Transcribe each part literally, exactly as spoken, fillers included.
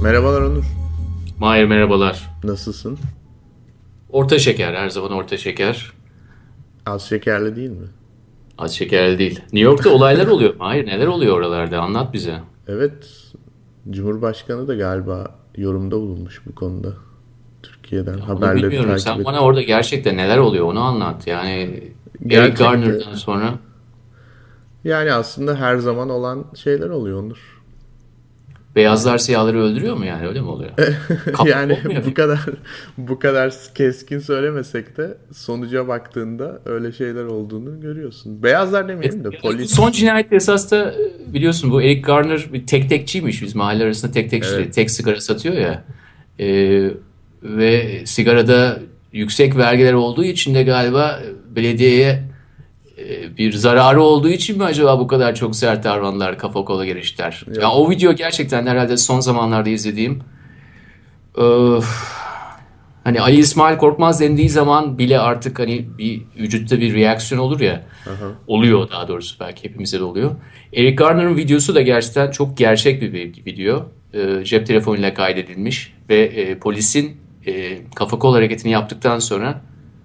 Merhabalar Onur. Mahir merhabalar. Nasılsın? Orta şeker, her zaman orta şeker. Az şekerli değil mi? Az şekerli değil. New York'ta olaylar oluyor. Mahir, neler oluyor oralarda? Anlat bize. Evet. Cumhurbaşkanı da galiba yorumda bulunmuş bu konuda. Türkiye'den Ya onu haberleri bilmiyorum. takip Sen et. bana orada gerçekten neler oluyor onu anlat. Yani Eric Gerçekte Garner'dan sonra yani aslında her zaman olan şeyler oluyor Onur. beyazlar siyahları öldürüyor mu yani? Öyle mi oluyor? Kapak Yani olmuyor bu mu? kadar bu kadar keskin söylemesek de sonuca baktığında öyle şeyler olduğunu görüyorsun. Beyazlar E, demeyelim de yani bu son polis. cinayet esas da e, biliyorsun bu Eric Garner bir tek tekçiymiş. Biz mahalle arasında tek tekçi, Evet. tek sigara satıyor ya. E, ve sigarada yüksek vergiler olduğu için de galiba belediyeye e, bir zararı olduğu için mi acaba bu kadar çok sert davrandılar, kafa kola girişler? Ya Yok. o video gerçekten herhalde son zamanlarda izlediğim öf, hani Ali İsmail Korkmaz dendiği zaman bile artık hani bir vücutta bir reaksiyon olur ya. Aha. Oluyor daha doğrusu, belki hepimize de oluyor. Eric Garner'ın videosu da gerçekten çok gerçek bir video. E, cep telefonuyla kaydedilmiş ve e, polisin e, kafa kol hareketini yaptıktan sonra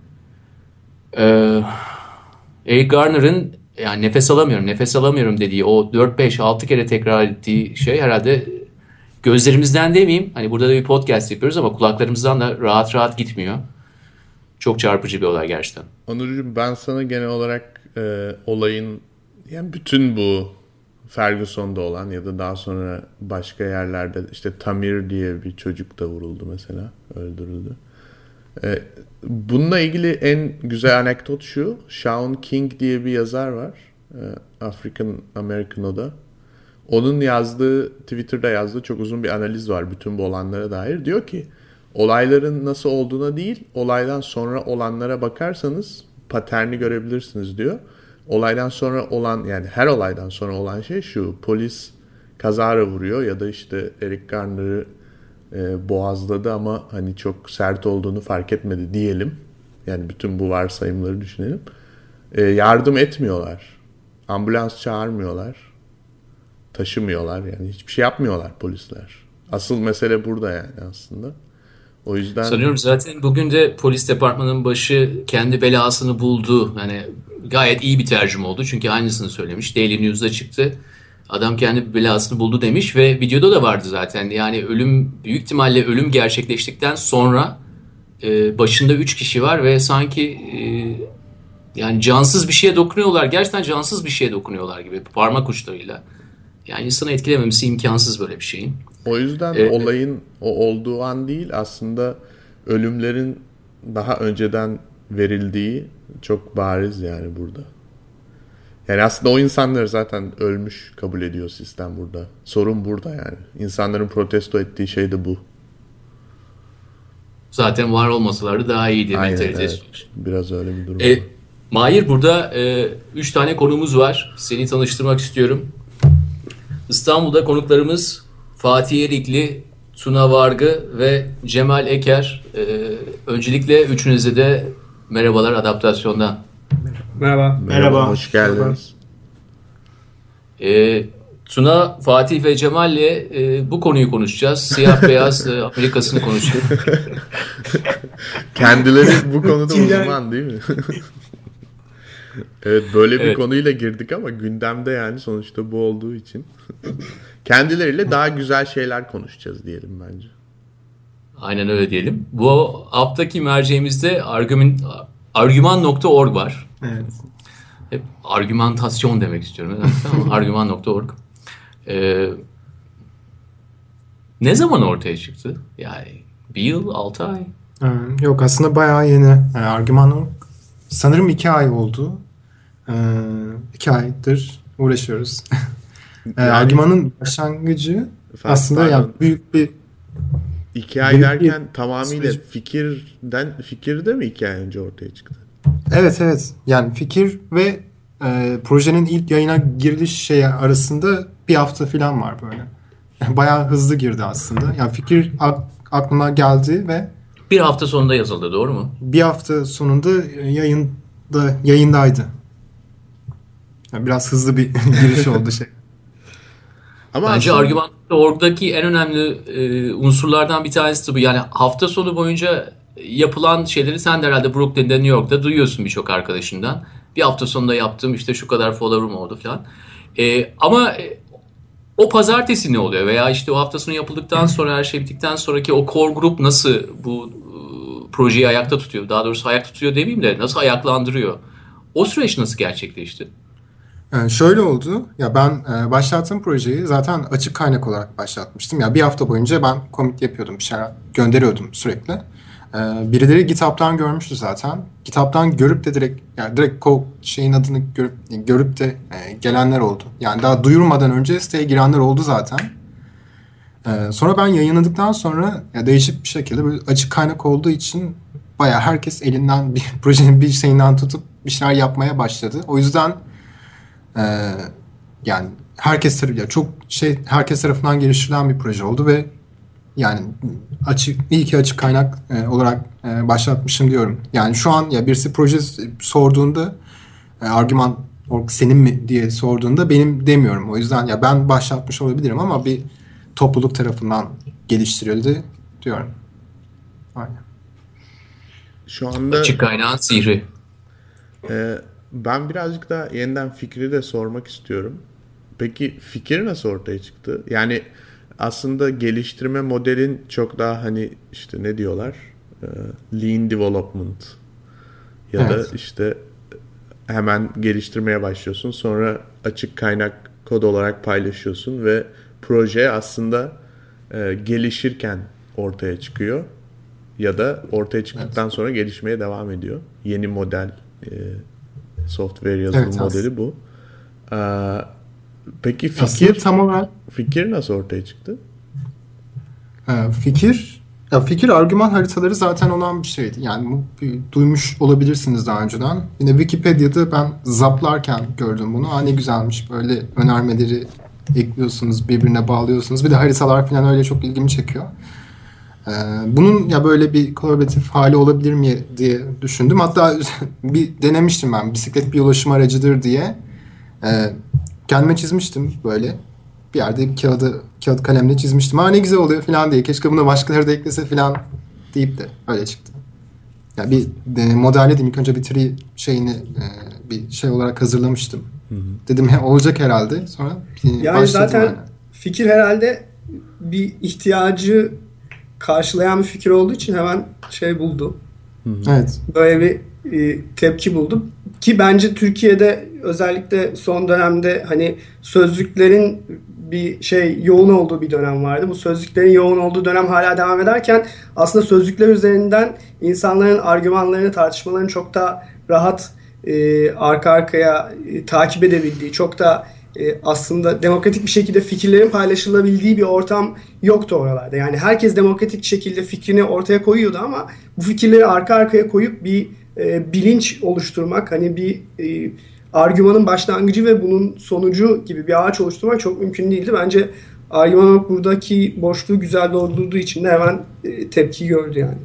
e, Eric Garner'ın yani nefes alamıyorum, nefes alamıyorum dediği o dört beş altı kere tekrar ettiği şey herhalde gözlerimizden demeyeyim. Hani burada da bir podcast yapıyoruz ama kulaklarımızdan da rahat rahat gitmiyor. Çok çarpıcı bir olay gerçekten. Onurcuğum ben sana genel olarak e, olayın yani bütün bu Ferguson'da olan ya da daha sonra başka yerlerde işte Tamir diye bir çocuk da vuruldu mesela, öldürüldü. E, bununla ilgili en güzel anekdot şu: Sean King diye bir yazar var, e, African American o da. Onun yazdığı, Twitter'da yazdığı çok uzun bir analiz var bütün bu olanlara dair. Diyor ki olayların nasıl olduğuna değil, olaydan sonra olanlara bakarsanız paterni görebilirsiniz diyor. Olaydan sonra olan, yani her olaydan sonra olan şey şu: polis kazara vuruyor ya da işte Eric Garner'ı e, boğazladı ama hani çok sert olduğunu fark etmedi diyelim. Yani bütün bu varsayımları düşünelim. E, yardım etmiyorlar. Ambulans çağırmıyorlar, taşımıyorlar, yani hiçbir şey yapmıyorlar polisler. Asıl mesele burada yani aslında. O yüzden Sanıyorum zaten bugün de polis departmanının başı kendi belasını buldu. Yani gayet iyi bir tercüme oldu. Çünkü aynısını söylemiş. Daily News'da çıktı. Adam kendi belasını buldu demiş ve videoda da vardı zaten. Yani ölüm, büyük ihtimalle ölüm gerçekleştikten sonra e, başında üç kişi var ve sanki e, yani cansız bir şeye dokunuyorlar. Gerçekten cansız bir şeye dokunuyorlar gibi parmak uçlarıyla. Yani insanı etkilememesi imkansız böyle bir şeyin. o yüzden E, olayın o olduğu an değil, aslında ölümlerin daha önceden verildiği çok bariz yani burada. Yani aslında o insanları zaten ölmüş kabul ediyor sistem burada. Sorun burada yani. İnsanların protesto ettiği şey de bu. Zaten var olmasalardı daha iyiydi Aynen, evet. mentalitesi. Biraz öyle bir durum E, var. Mahir, burada e, üç tane konumuz var. Seni tanıştırmak istiyorum. İstanbul'da konuklarımız Fatih Erikli, Tuna Vargı ve Cemal Eker. E, öncelikle üçünüze de merhabalar adaptasyondan. Merhaba. Merhaba, Merhaba. hoş Merhaba. geldiniz. E, Tuna, Fatih ve Cemal'le e, bu konuyu konuşacağız. Siyah beyaz e, Amerika'sını konuşacağız. Kendileri bu konuda İçinden- uzman değil mi? Evet, böyle bir Evet. konuyla girdik ama gündemde yani sonuçta bu olduğu için. Kendileriyle daha güzel şeyler konuşacağız diyelim bence. Aynen öyle diyelim. Bu haftaki merceğimizde argüman, argüman nokta org var. Evet. Hep argümantasyon demek istiyorum. nedense ama argüman nokta org. Ee, ne zaman ortaya çıktı? Yani bir yıl, altı ay. Ee, Yok, aslında bayağı yeni. Ee, Argüman sanırım iki ay oldu. Ee, iki aydır uğraşıyoruz. Ee, Yani- Argüman'ın başlangıcı Efendim, aslında pardon. yani büyük bir İki ay Büyük derken bir tamamıyla süreç. fikirden fikirde mi iki ay önce ortaya çıktı? evet evet yani fikir ve e, projenin ilk yayına giriliş şeyi arasında bir hafta falan var böyle. Yani bayağı hızlı girdi aslında. Yani fikir ak- aklıma geldi ve Bir hafta sonunda yazıldı, doğru mu? bir hafta sonunda yayında yayındaydı. Yani biraz hızlı bir giriş oldu şey. Ama Bence aslında argüman oradaki en önemli e, unsurlardan bir tanesi de bu. Yani hafta sonu boyunca yapılan şeyleri sen de herhalde Brooklyn'de, New York'ta duyuyorsun birçok arkadaşından. Bir hafta sonunda yaptığım işte şu kadar follower'ım oldu falan. E, ama e, o pazartesi ne oluyor? Veya işte o hafta sonu yapıldıktan sonra, her şey bittikten sonraki o core grup nasıl bu e, projeyi ayakta tutuyor? Daha doğrusu ayakta tutuyor demeyeyim de nasıl ayaklandırıyor? O süreç nasıl gerçekleşti? Yani şöyle oldu. Ya ben e, başlattığım projeyi zaten açık kaynak olarak başlatmıştım. Ya bir hafta boyunca ben commit yapıyordum, bir şeyler gönderiyordum sürekli. E, birileri GitHub'tan görmüştü zaten. GitHub'tan görüp de direkt yani direkt kod şeyin adını görüp görüp de e, gelenler oldu. Yani daha duyurmadan önce siteye girenler oldu zaten. E, sonra ben yayınladıktan sonra ya değişik bir şekilde böyle açık kaynak olduğu için bayağı herkes elinden bir projenin bir şeyinden tutup bir şeyler yapmaya başladı. O yüzden Ee, yani herkes tarafından çok şey herkes tarafından geliştirilen bir proje oldu ve yani açık iyi ki açık kaynak e, olarak e, başlatmışım diyorum. Yani şu an ya birisi proje sorduğunda e, argüman org senin mi diye sorduğunda benim demiyorum. O yüzden ya ben başlatmış olabilirim ama bir topluluk tarafından geliştirildi diyorum. Aynen. şu anda Açık kaynağın sihri. e, ben birazcık daha yeniden fikri de sormak istiyorum. Peki fikir nasıl ortaya çıktı? Yani aslında geliştirme modelin çok daha hani işte ne diyorlar? E, lean development ya da Evet. işte hemen geliştirmeye başlıyorsun. Sonra açık kaynak kod olarak paylaşıyorsun ve proje aslında e, gelişirken ortaya çıkıyor. Ya da ortaya çıktıktan Evet. sonra gelişmeye devam ediyor. Yeni model, e, software yazılım Evet, modeli bu. Ee, peki aslında fikir tam olarak fikir nasıl ortaya çıktı? Ee, Fikir, ya fikir argüman haritaları zaten olan bir şeydi. Yani bu bir- duymuş olabilirsiniz daha önceden. Yine Wikipedia'da ben zaplarken gördüm bunu. Aa, ne güzelmiş, böyle önermeleri ekliyorsunuz, birbirine bağlıyorsunuz. Bir de haritalar falan öyle çok ilgimi çekiyor. Ee, bunun ya böyle bir kolaboratif hali olabilir mi diye düşündüm. Hatta bir denemiştim ben, bisiklet bir ulaşım aracıdır diye. Ee, Kendime çizmiştim böyle. Bir yerde bir kağıdı, kağıt kalemle çizmiştim. Ha ne güzel oluyor falan diye. Keşke bunu başkaları da eklese falan deyip de öyle çıktı. Yani bir de, modelledim. İlk önce bir tree şeyini e, bir şey olarak hazırlamıştım. Dedim he, olacak herhalde. Sonra e, Yani başladım zaten yani. fikir herhalde bir ihtiyacı karşılayan bir fikir olduğu için hemen şey buldu. Evet. Böyle bir e, tepki buldum. Ki bence Türkiye'de özellikle son dönemde hani sözlüklerin bir şey yoğun olduğu bir dönem vardı. Bu sözlüklerin yoğun olduğu dönem hala devam ederken aslında sözlükler üzerinden insanların argümanlarını, tartışmalarını çok da rahat e, arka arkaya e, takip edebildiği, çok da e, aslında demokratik bir şekilde fikirlerin paylaşılabildiği bir ortam yoktu oralarda. Yani herkes demokratik şekilde fikrini ortaya koyuyordu ama bu fikirleri arka arkaya koyup bir e, bilinç oluşturmak, hani bir e, argümanın başlangıcı ve bunun sonucu gibi bir ağaç oluşturmak çok mümkün değildi. Bence argüman buradaki boşluğu güzel doldurduğu için de hemen e, tepki gördü yani.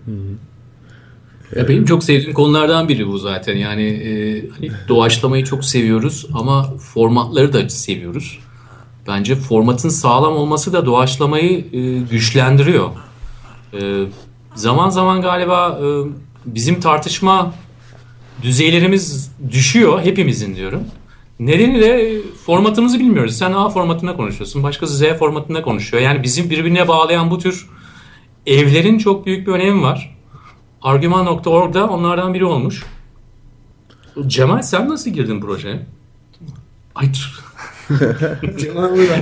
Ya benim çok sevdiğim konulardan biri bu zaten. Yani e, hani doğaçlamayı çok seviyoruz ama formatları da seviyoruz. Bence formatın sağlam olması da doğaçlamayı e, güçlendiriyor. E, zaman zaman galiba e, bizim tartışma düzeylerimiz düşüyor, hepimizin diyorum. Nedeni de formatımızı bilmiyoruz. Sen A formatında konuşuyorsun, başkası Z formatında konuşuyor. Yani bizim birbirine bağlayan bu tür evlerin çok büyük bir önemi var. argüman nokta org'da onlardan biri olmuş. Cemal, sen nasıl girdin projeye? Ay Cemal burada.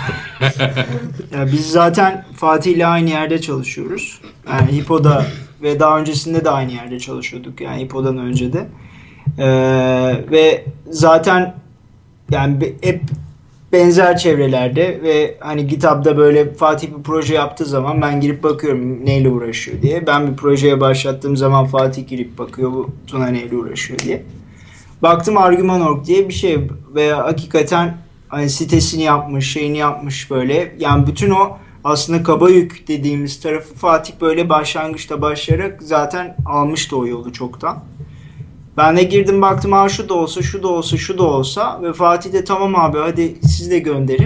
Ya biz zaten Fatih ile aynı yerde çalışıyoruz. Yani Hippo'da ve daha öncesinde de aynı yerde çalışıyorduk. Yani Hippo'dan önce de. Ee, ve zaten yani be- hep benzer çevrelerde ve hani GitHub'da böyle Fatih bir proje yaptığı zaman ben girip bakıyorum neyle uğraşıyor diye. Ben bir projeye başlattığım zaman Fatih girip bakıyor bu Tuna neyle uğraşıyor diye. Baktım argüman nokta org diye bir şey ve hakikaten hani sitesini yapmış, şeyini yapmış böyle. Yani bütün o aslında kaba yük dediğimiz tarafı Fatih böyle başlangıçta başlayarak zaten almıştı o yolu çoktan. Ben de girdim baktım ha şu da olsa, şu da olsa, şu da olsa ve Fatih de tamam abi hadi siz de gönderin.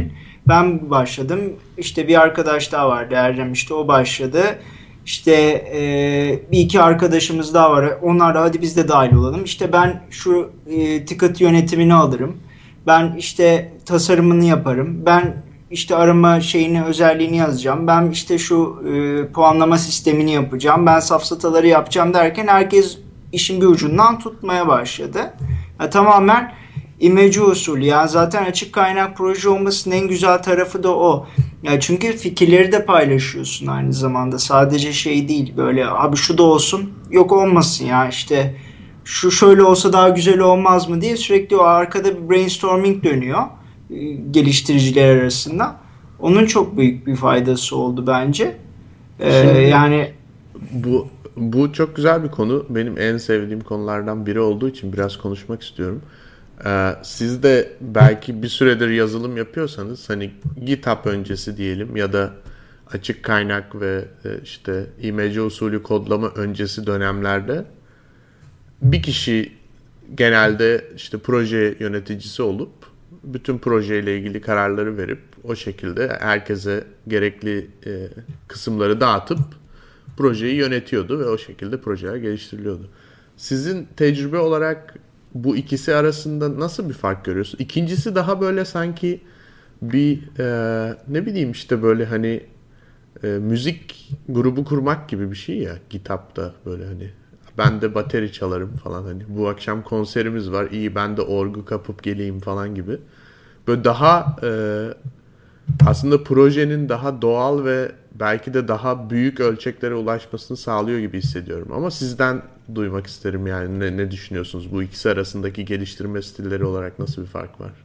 Ben başladım. İşte bir arkadaş daha vardı, Erdem, işte o başladı. İşte e, bir iki arkadaşımız daha var. Onlar da hadi biz de dahil olalım. İşte ben şu e, ticket yönetimini alırım. Ben işte tasarımını yaparım. Ben işte arama şeyini, özelliğini yazacağım. Ben işte şu e, puanlama sistemini yapacağım. Ben safsataları yapacağım derken herkes işin bir ucundan tutmaya başladı. Ya, tamamen imece usulü. Yani zaten açık kaynak proje olmasının en güzel tarafı da o. Ya çünkü fikirleri de paylaşıyorsun aynı zamanda. Sadece şey değil, böyle abi şu da olsun, yok olmasın ya, işte şu şöyle olsa daha güzel olmaz mı diye sürekli o arkada bir brainstorming dönüyor e, geliştiriciler arasında. Onun çok büyük bir faydası oldu bence. Ee, Şimdi yani bu bu çok güzel bir konu. Benim en sevdiğim konulardan biri olduğu için biraz konuşmak istiyorum. Ee, siz de belki bir süredir yazılım yapıyorsanız, hani GitHub öncesi diyelim ya da açık kaynak ve e, işte imece usulü kodlama öncesi dönemlerde bir kişi genelde işte proje yöneticisi olup bütün projeyle ilgili kararları verip o şekilde herkese gerekli e, kısımları dağıtıp projeyi yönetiyordu ve o şekilde projeler geliştiriliyordu. Sizin tecrübe olarak bu ikisi arasında nasıl bir fark görüyorsun? İkincisi daha böyle sanki bir e, ne bileyim işte böyle hani e, müzik grubu kurmak gibi bir şey ya, GitHub'da böyle hani ben de bateri çalarım falan, hani bu akşam konserimiz var, iyi ben de orgu kapıp geleyim falan gibi. Böyle daha e, aslında projenin daha doğal ve belki de daha büyük ölçeklere ulaşmasını sağlıyor gibi hissediyorum. Ama sizden duymak isterim yani ne, ne düşünüyorsunuz? Bu ikisi arasındaki geliştirme stilleri olarak nasıl bir fark var?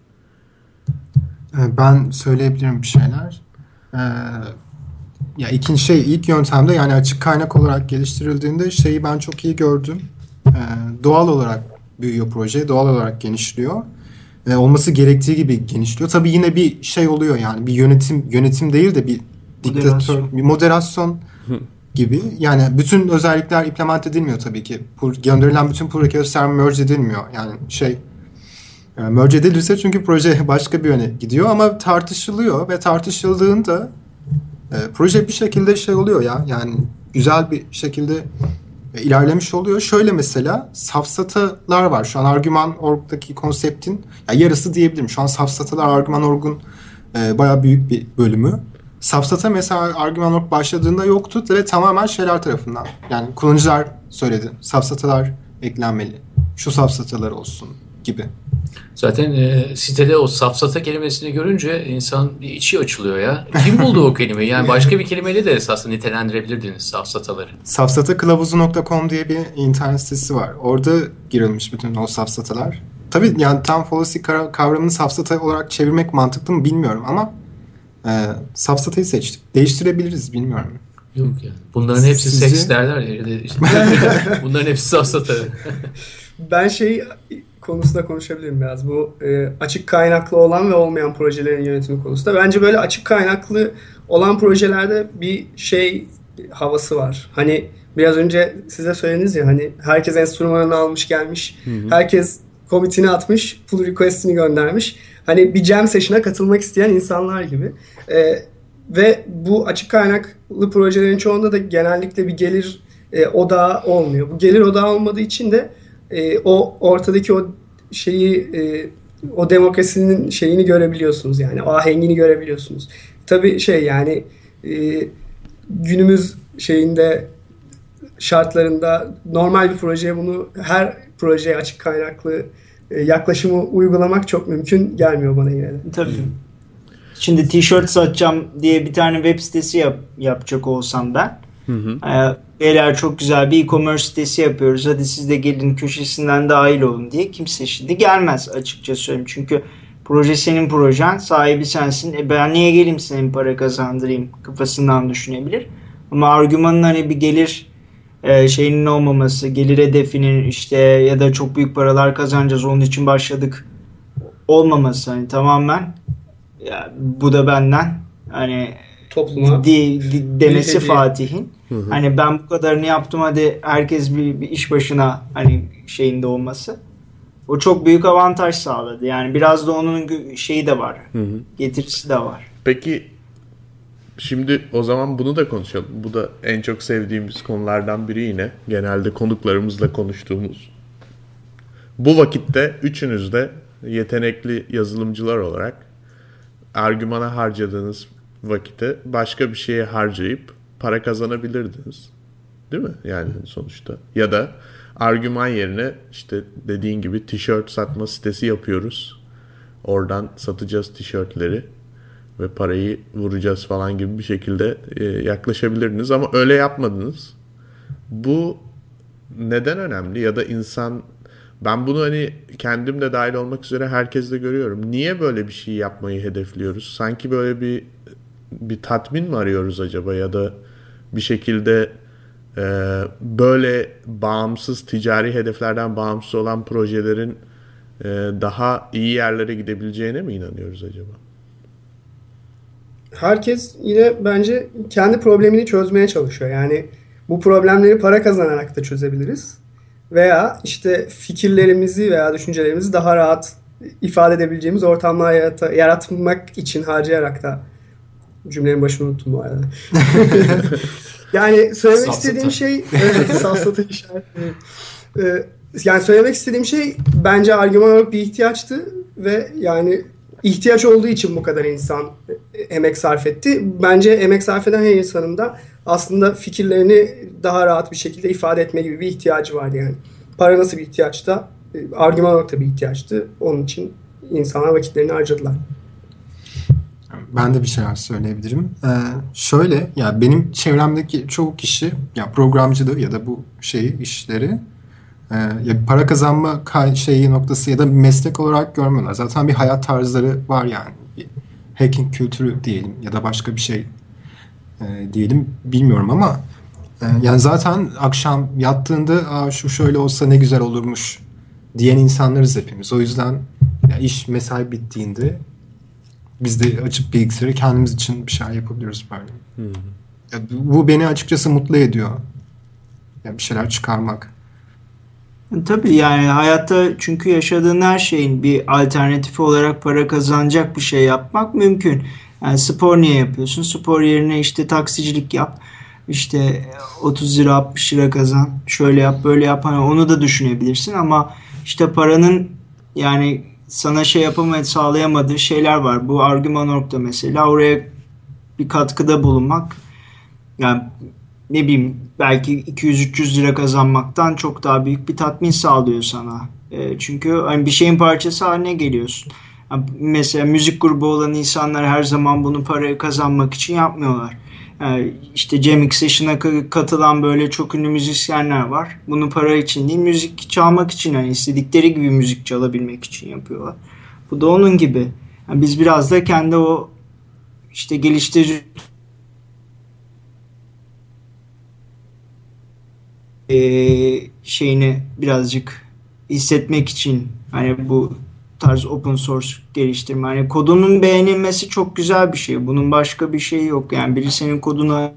Ben söyleyebilirim bir şeyler. Ee, ya ikinci şey, ilk yöntemde yani açık kaynak olarak geliştirildiğinde şeyi ben çok iyi gördüm. Ee, doğal olarak büyüyor proje, doğal olarak genişliyor. Ee, olması gerektiği gibi genişliyor. Tabii yine bir şey oluyor yani bir yönetim yönetim değil de bir diktatör, Moderasyon. bir moderasyon gibi. Yani bütün özellikler implement edilmiyor tabii ki. Pur, gönderilen bütün pull request'ler merge edilmiyor. Yani şey yani merge edilirse çünkü proje başka bir yöne gidiyor ama tartışılıyor ve tartışıldığında e, proje bir şekilde şey oluyor ya, yani güzel bir şekilde e, ilerlemiş oluyor. Şöyle mesela safsatalar var. Şu an argüman nokta org'daki konseptin ya yarısı diyebilirim. Şu an safsatalar argüman nokta org'un e, bayağı büyük bir bölümü. Safsata mesela argüman nokta org başladığında yoktu ve tamamen şeyler tarafından. Yani kullanıcılar söyledi. Safsatalar eklenmeli. Şu safsatalar olsun gibi. Zaten e, sitede o safsata kelimesini görünce insan bir içi açılıyor ya. Kim buldu o kelimeyi? Yani başka bir kelimeyle de esasında nitelendirebilirdiniz safsataları. safsata kılavuzu nokta com diye bir internet sitesi var. Orada girilmiş bütün o safsatalar. Tabii yani tam fallacy kavramını safsata olarak çevirmek mantıklı mı bilmiyorum ama e, safsatayı seçtik. Değiştirebiliriz, bilmiyorum. Yok yani. Bunların hepsi Sizce? seks derler ya. İşte. Bunların hepsi safsata. Ben şey konusunda konuşabilirim biraz. Bu e, açık kaynaklı olan ve olmayan projelerin yönetimi konusunda. Bence böyle açık kaynaklı olan projelerde bir şey havası var. Hani biraz önce size söylediniz ya, hani herkes enstrümanını almış gelmiş. Hı hı. Herkes commit'ini atmış, pull request'ini göndermiş. Hani bir jam session'a katılmak isteyen insanlar gibi. E, ve bu açık kaynaklı projelerin çoğunda da genellikle bir gelir e, odağı olmuyor. Bu gelir odağı olmadığı için de e, o ortadaki o şeyi e, o demokrasinin şeyini görebiliyorsunuz, yani o ahengini görebiliyorsunuz. Tabii şey yani e, günümüz şeyinde şartlarında normal bir projeye bunu her projeye açık kaynaklı e, yaklaşımı uygulamak çok mümkün gelmiyor bana yine de. Tabii. Şimdi tişört satacağım diye bir tane web sitesi yap, yapacak olsam ben. Hı hı. E, beyler çok güzel bir e-commerce sitesi yapıyoruz, hadi siz de gelin köşesinden dahil olun diye kimse şimdi gelmez, açıkça söyleyeyim. Çünkü proje senin projen, sahibi sensin. E ben niye geleyim senin para kazandırayım kafasından düşünebilir. Ama argümanın hani bir gelir e, şeyinin olmaması, gelir hedefinin işte ya da çok büyük paralar kazanacağız onun için başladık olmaması, hani tamamen ya, bu da benden hani topluma di, di, demesi Fatih'in. Hı hı. Hani ben bu kadarını yaptım, hadi herkes bir, bir iş başına hani şeyinde olması. O çok büyük avantaj sağladı. Yani biraz da onun şeyi de var. Hı hı. Getirisi de var. Peki şimdi o zaman bunu da konuşalım. Bu da en çok sevdiğimiz konulardan biri yine. Genelde konuklarımızla konuştuğumuz. Bu vakitte üçünüz de yetenekli yazılımcılar olarak argümana harcadığınız vakiti başka bir şeye harcayıp para kazanabilirdiniz. Değil mi? Yani sonuçta. Ya da argüman yerine işte dediğin gibi tişört satma sitesi yapıyoruz. Oradan satacağız tişörtleri ve parayı vuracağız falan gibi bir şekilde e, yaklaşabilirdiniz. Ama öyle yapmadınız. Bu neden önemli? Ya da insan, ben bunu hani kendim de dahil olmak üzere herkes de görüyorum. Niye böyle bir şey yapmayı hedefliyoruz? Sanki böyle bir bir tatmin mi arıyoruz acaba? Ya da bir şekilde e, böyle bağımsız, ticari hedeflerden bağımsız olan projelerin e, daha iyi yerlere gidebileceğine mi inanıyoruz acaba? Herkes yine bence kendi problemini çözmeye çalışıyor. Yani bu problemleri para kazanarak da çözebiliriz. Veya işte fikirlerimizi veya düşüncelerimizi daha rahat ifade edebileceğimiz ortamlar yarat- yaratmak için harcayarak da, cümlenin başını unuttum bu arada. Yani söylemek Safsata. istediğim şey evet, safsata işaretleri. Ee, yani söylemek istediğim şey bence argüman olarak bir ihtiyaçtı ve yani ihtiyaç olduğu için bu kadar insan emek sarf etti. Bence emek sarf eden her insanın da aslında fikirlerini daha rahat bir şekilde ifade etme gibi bir ihtiyacı vardı yani. Para nasıl bir ihtiyaçta, argüman olarak da bir ihtiyaçtı. Onun için insanlar vakitlerini harcadılar. Ben de bir şeyler söyleyebilirim. Ee, şöyle, ya benim çevremdeki çoğu kişi ya programcılığı ya da bu şeyi işleri e, ya para kazanma kay- şeyi noktası ya da bir meslek olarak görmüyorlar. Zaten bir hayat tarzları var yani. Bir hacking kültürü diyelim ya da başka bir şey e, diyelim, bilmiyorum ama e, yani zaten akşam yattığında Aa, şu şöyle olsa ne güzel olurmuş diyen insanlarız hepimiz. O yüzden ya iş mesai bittiğinde biz de açıp bilgisayarı kendimiz için bir şey yapabiliyoruz böyle. Hmm. Ya bu beni açıkçası mutlu ediyor. Ya bir şeyler çıkarmak. Tabii yani hayatta çünkü yaşadığın her şeyin bir alternatifi olarak para kazanacak bir şey yapmak mümkün. Yani spor niye yapıyorsun? Spor yerine işte taksicilik yap. İşte otuz lira altmış lira kazan. Şöyle yap böyle yap. Hani onu da düşünebilirsin ama işte paranın yani sana şey yapamadığı, sağlayamadığı şeyler var. Bu argüman nokta mesela, oraya bir katkıda bulunmak yani ne bileyim belki iki yüz üç yüz lira kazanmaktan çok daha büyük bir tatmin sağlıyor sana. E, çünkü hani bir şeyin parçası haline geliyorsun. Yani mesela müzik grubu olan insanlar her zaman bunu parayı kazanmak için yapmıyorlar. Yani işte Jam X Session'a katılan böyle çok ünlü müzisyenler var. Bunu para için değil, müzik çalmak için, yani istedikleri gibi müzik çalabilmek için yapıyorlar. Bu da onun gibi. Yani biz biraz da kendi o işte geliştirici Ee, şeyini birazcık hissetmek için hani bu tarz open source geliştirme, hani kodunun beğenilmesi çok güzel bir şey. Bunun başka bir şeyi yok. Yani biri senin kodunu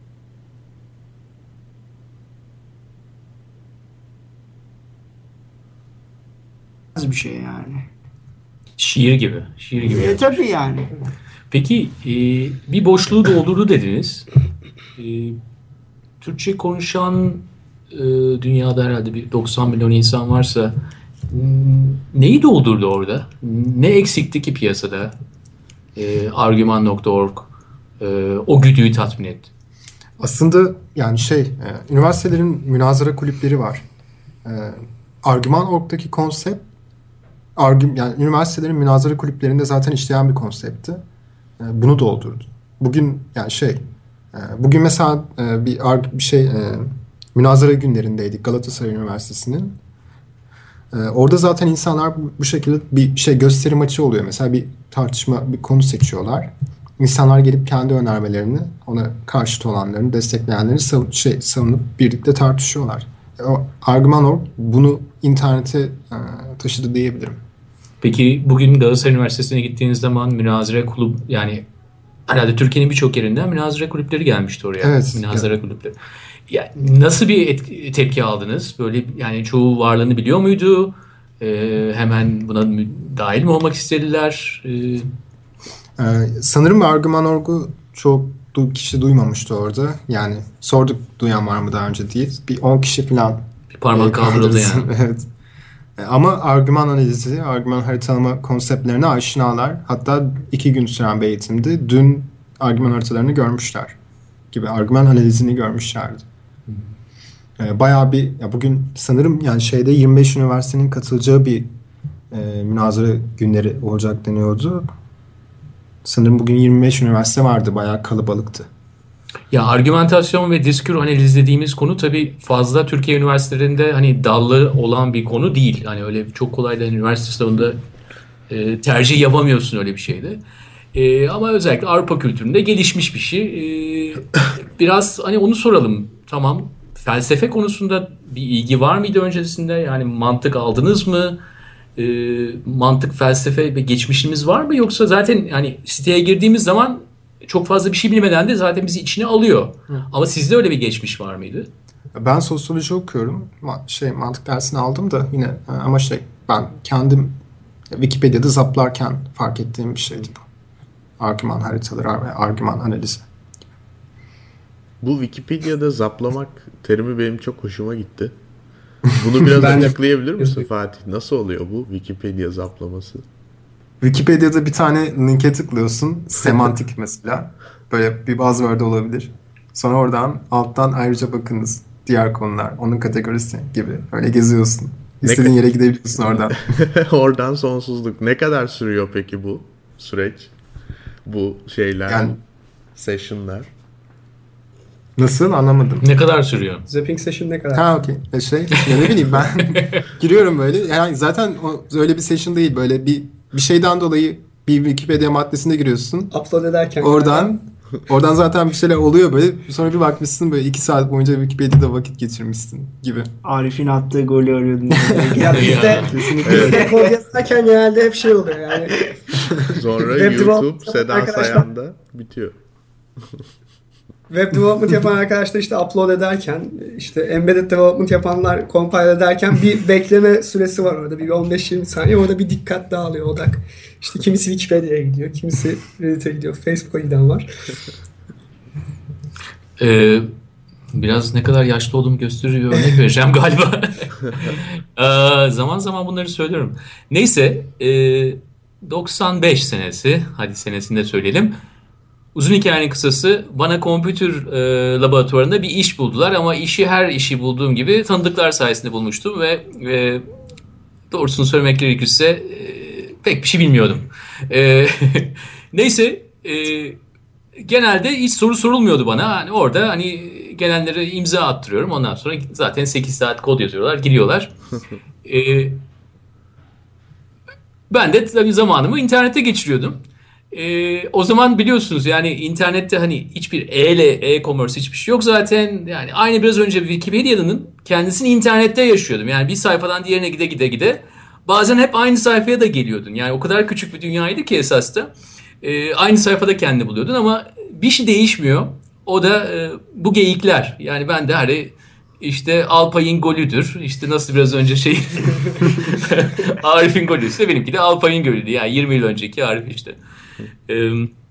bir şey yani. Şiir gibi. Şiir gibi. E, tabii yani. Peki e, bir boşluğu doldurdu dediniz. E, Türkçe konuşan e, dünyada herhalde bir doksan milyon insan varsa neyi doldurdu orada? Ne eksikti ki piyasada? E, argüman nokta org e, o güdüyü tatmin etti. Aslında yani şey, e, üniversitelerin münazara kulüpleri var. E, argüman nokta org'daki konsept, argüm, yani üniversitelerin münazara kulüplerinde zaten işleyen bir konseptti. E, bunu doldurdu. Bugün yani şey, e, bugün mesela e, bir bir şey e, münazara günlerindeydik Galatasaray Üniversitesi'nin. Ee, orada zaten insanlar bu, bu şekilde bir şey gösteri maçı oluyor. Mesela bir tartışma, bir konu seçiyorlar. İnsanlar gelip kendi önermelerini, ona karşıt olanlarını, destekleyenlerini sav- şey, savunup birlikte tartışıyorlar. O argüman nokta org bunu internete e, taşıdı diyebilirim. Peki bugün Galatasaray Üniversitesi'ne gittiğiniz zaman münazara kulüp, yani herhalde Türkiye'nin birçok yerinden münazara kulüpleri gelmişti oraya. Evet. Münazara Evet. kulüpleri. Ya, nasıl bir et, tepki aldınız? Böyle yani çoğu varlığını biliyor muydu? Ee, hemen buna mü, dahil mi olmak istediler? Ee... Ee, sanırım argüman orgu çok du- kişi duymamıştı orada. Yani sorduk duyan var mı daha önce diye. Bir on kişi falan. Bir parmak e, kaldırıldı kaldırırız. yani. Evet. E, Ama argüman analizi, argüman haritalama konseptlerine aşinalar. Hatta iki gün süren bir eğitimdi. Dün argüman haritalarını görmüşler gibi. Argüman analizini görmüşlerdi. E, bayağı bir, ya bugün sanırım yani şeyde yirmi beş üniversitenin katılacağı bir e, münazara günleri olacak deniyordu. Sanırım bugün yirmi beş üniversite vardı. Bayağı kalabalıktı. Ya argümantasyon ve diskurs analiz dediğimiz konu tabii fazla Türkiye üniversitelerinde hani dallı olan bir konu değil. Hani öyle çok kolay da üniversite sınavında e, tercih yapamıyorsun öyle bir şeyde. E, ama özellikle Avrupa kültüründe gelişmiş bir şey. E, biraz hani onu soralım. Tamam, felsefe konusunda bir ilgi var mıydı öncesinde? Yani mantık aldınız mı? E, mantık, felsefe ve geçmişimiz var mı? Yoksa zaten yani siteye girdiğimiz zaman çok fazla bir şey bilmeden de zaten bizi içine alıyor. Hı. Ama sizde öyle bir geçmiş var mıydı? Ben sosyoloji okuyorum. Ma- Şey mantık dersini aldım da yine e, ama şey ben kendim Wikipedia'da zaplarken fark ettiğim bir şeydi bu. Argüman haritaları ve argüman analizi. Bu Wikipedia'da zaplamak terimi benim çok hoşuma gitti. Bunu biraz Ben de- açıklayabilir misin Fatih? Nasıl oluyor bu Wikipedia zaplaması? Wikipedia'da bir tane linke tıklıyorsun. Semantik mesela. Böyle bir buzzword olabilir. Sonra oradan alttan ayrıca bakınız. Diğer konular, onun kategorisi gibi. Öyle geziyorsun. İstediğin yere gidebiliyorsun oradan. Oradan sonsuzluk. Ne kadar sürüyor peki bu süreç? Bu şeyler, Yani- bu session'lar. Nasıl anlamadım. Ne kadar sürüyor? Zapping session ne kadar? Ha okey. E şey ya ne bileyim ben giriyorum böyle. Yani zaten o öyle bir session değil. Böyle bir bir şeyden dolayı bir Wikipedia maddesine giriyorsun. Upload ederken. Oradan oradan zaten bir şeyler oluyor böyle. Sonra bir bakmışsın böyle iki saat boyunca Wikipedia'da vakit geçirmişsin gibi. Arif'in attığı golü arıyordum. Ya bizde, Kesinlikle. bizde kod yazarken genelde hep şey oluyor yani. Sonra Web YouTube development Seda arkadaşlar- Sayan'da bitiyor. Web development yapan arkadaşlar işte upload ederken, işte embedded development yapanlar compile ederken bir bekleme süresi var orada. Bir on beş yirmi saniye. Orada bir dikkat dağılıyor, odak. İşte kimisi Wikipedia'ya gidiyor, kimisi Reddit'e gidiyor, Facebook'a giden var. Ee, biraz ne kadar yaşlı olduğumu gösteriyor örnek vereceğim galiba. Ee, zaman zaman bunları söylüyorum. Neyse, e, doksan beş senesi, hadi senesini de söyleyelim. Uzun hikayenin kısası, bana kompütür e, laboratuvarında bir iş buldular ama işi her işi bulduğum gibi tanıdıklar sayesinde bulmuştum ve e, doğrusunu söylemek gerekirse e, pek bir şey bilmiyordum. E, neyse, e, genelde hiç soru sorulmuyordu bana. Hani orada hani gelenlere imza attırıyorum. Ondan sonra zaten sekiz saat kod yazıyorlar, giriyorlar. E, ben de tabii zamanımı internette geçiriyordum. Ee, o zaman biliyorsunuz yani internette hani hiçbir e ile e-commerce hiçbir şey yok zaten. Yani aynı biraz önce Wikipedia'nın kendisini internette yaşıyordum. Yani bir sayfadan diğerine gide gide gide. Bazen hep aynı sayfaya da geliyordun. Yani o kadar küçük bir dünyaydı ki esas da. Ee, aynı sayfada kendini buluyordun ama bir şey değişmiyor. O da e, bu geyikler. Yani ben de hani işte Alpay'ın golüdür. İşte nasıl biraz önce şey Arif'in golü ise benimki de Alpay'ın golüydü. Yani yirmi yıl önceki Arif işte. Ee,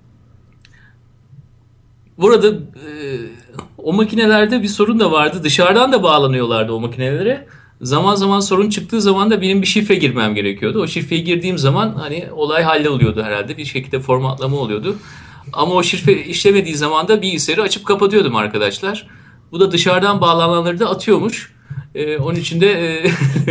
burada e, o makinelerde bir sorun da vardı. Dışarıdan da bağlanıyorlardı o makinelere. Zaman zaman sorun çıktığı zaman da benim bir şifre girmem gerekiyordu. O şifreyi girdiğim zaman hani olay halloluyordu herhalde. Bir şekilde formatlama oluyordu. Ama o şifre işlemediği zaman da bilgisayarı açıp kapatıyordum arkadaşlar. Bu da dışarıdan bağlananları da atıyormuş. Ee, onun için de e,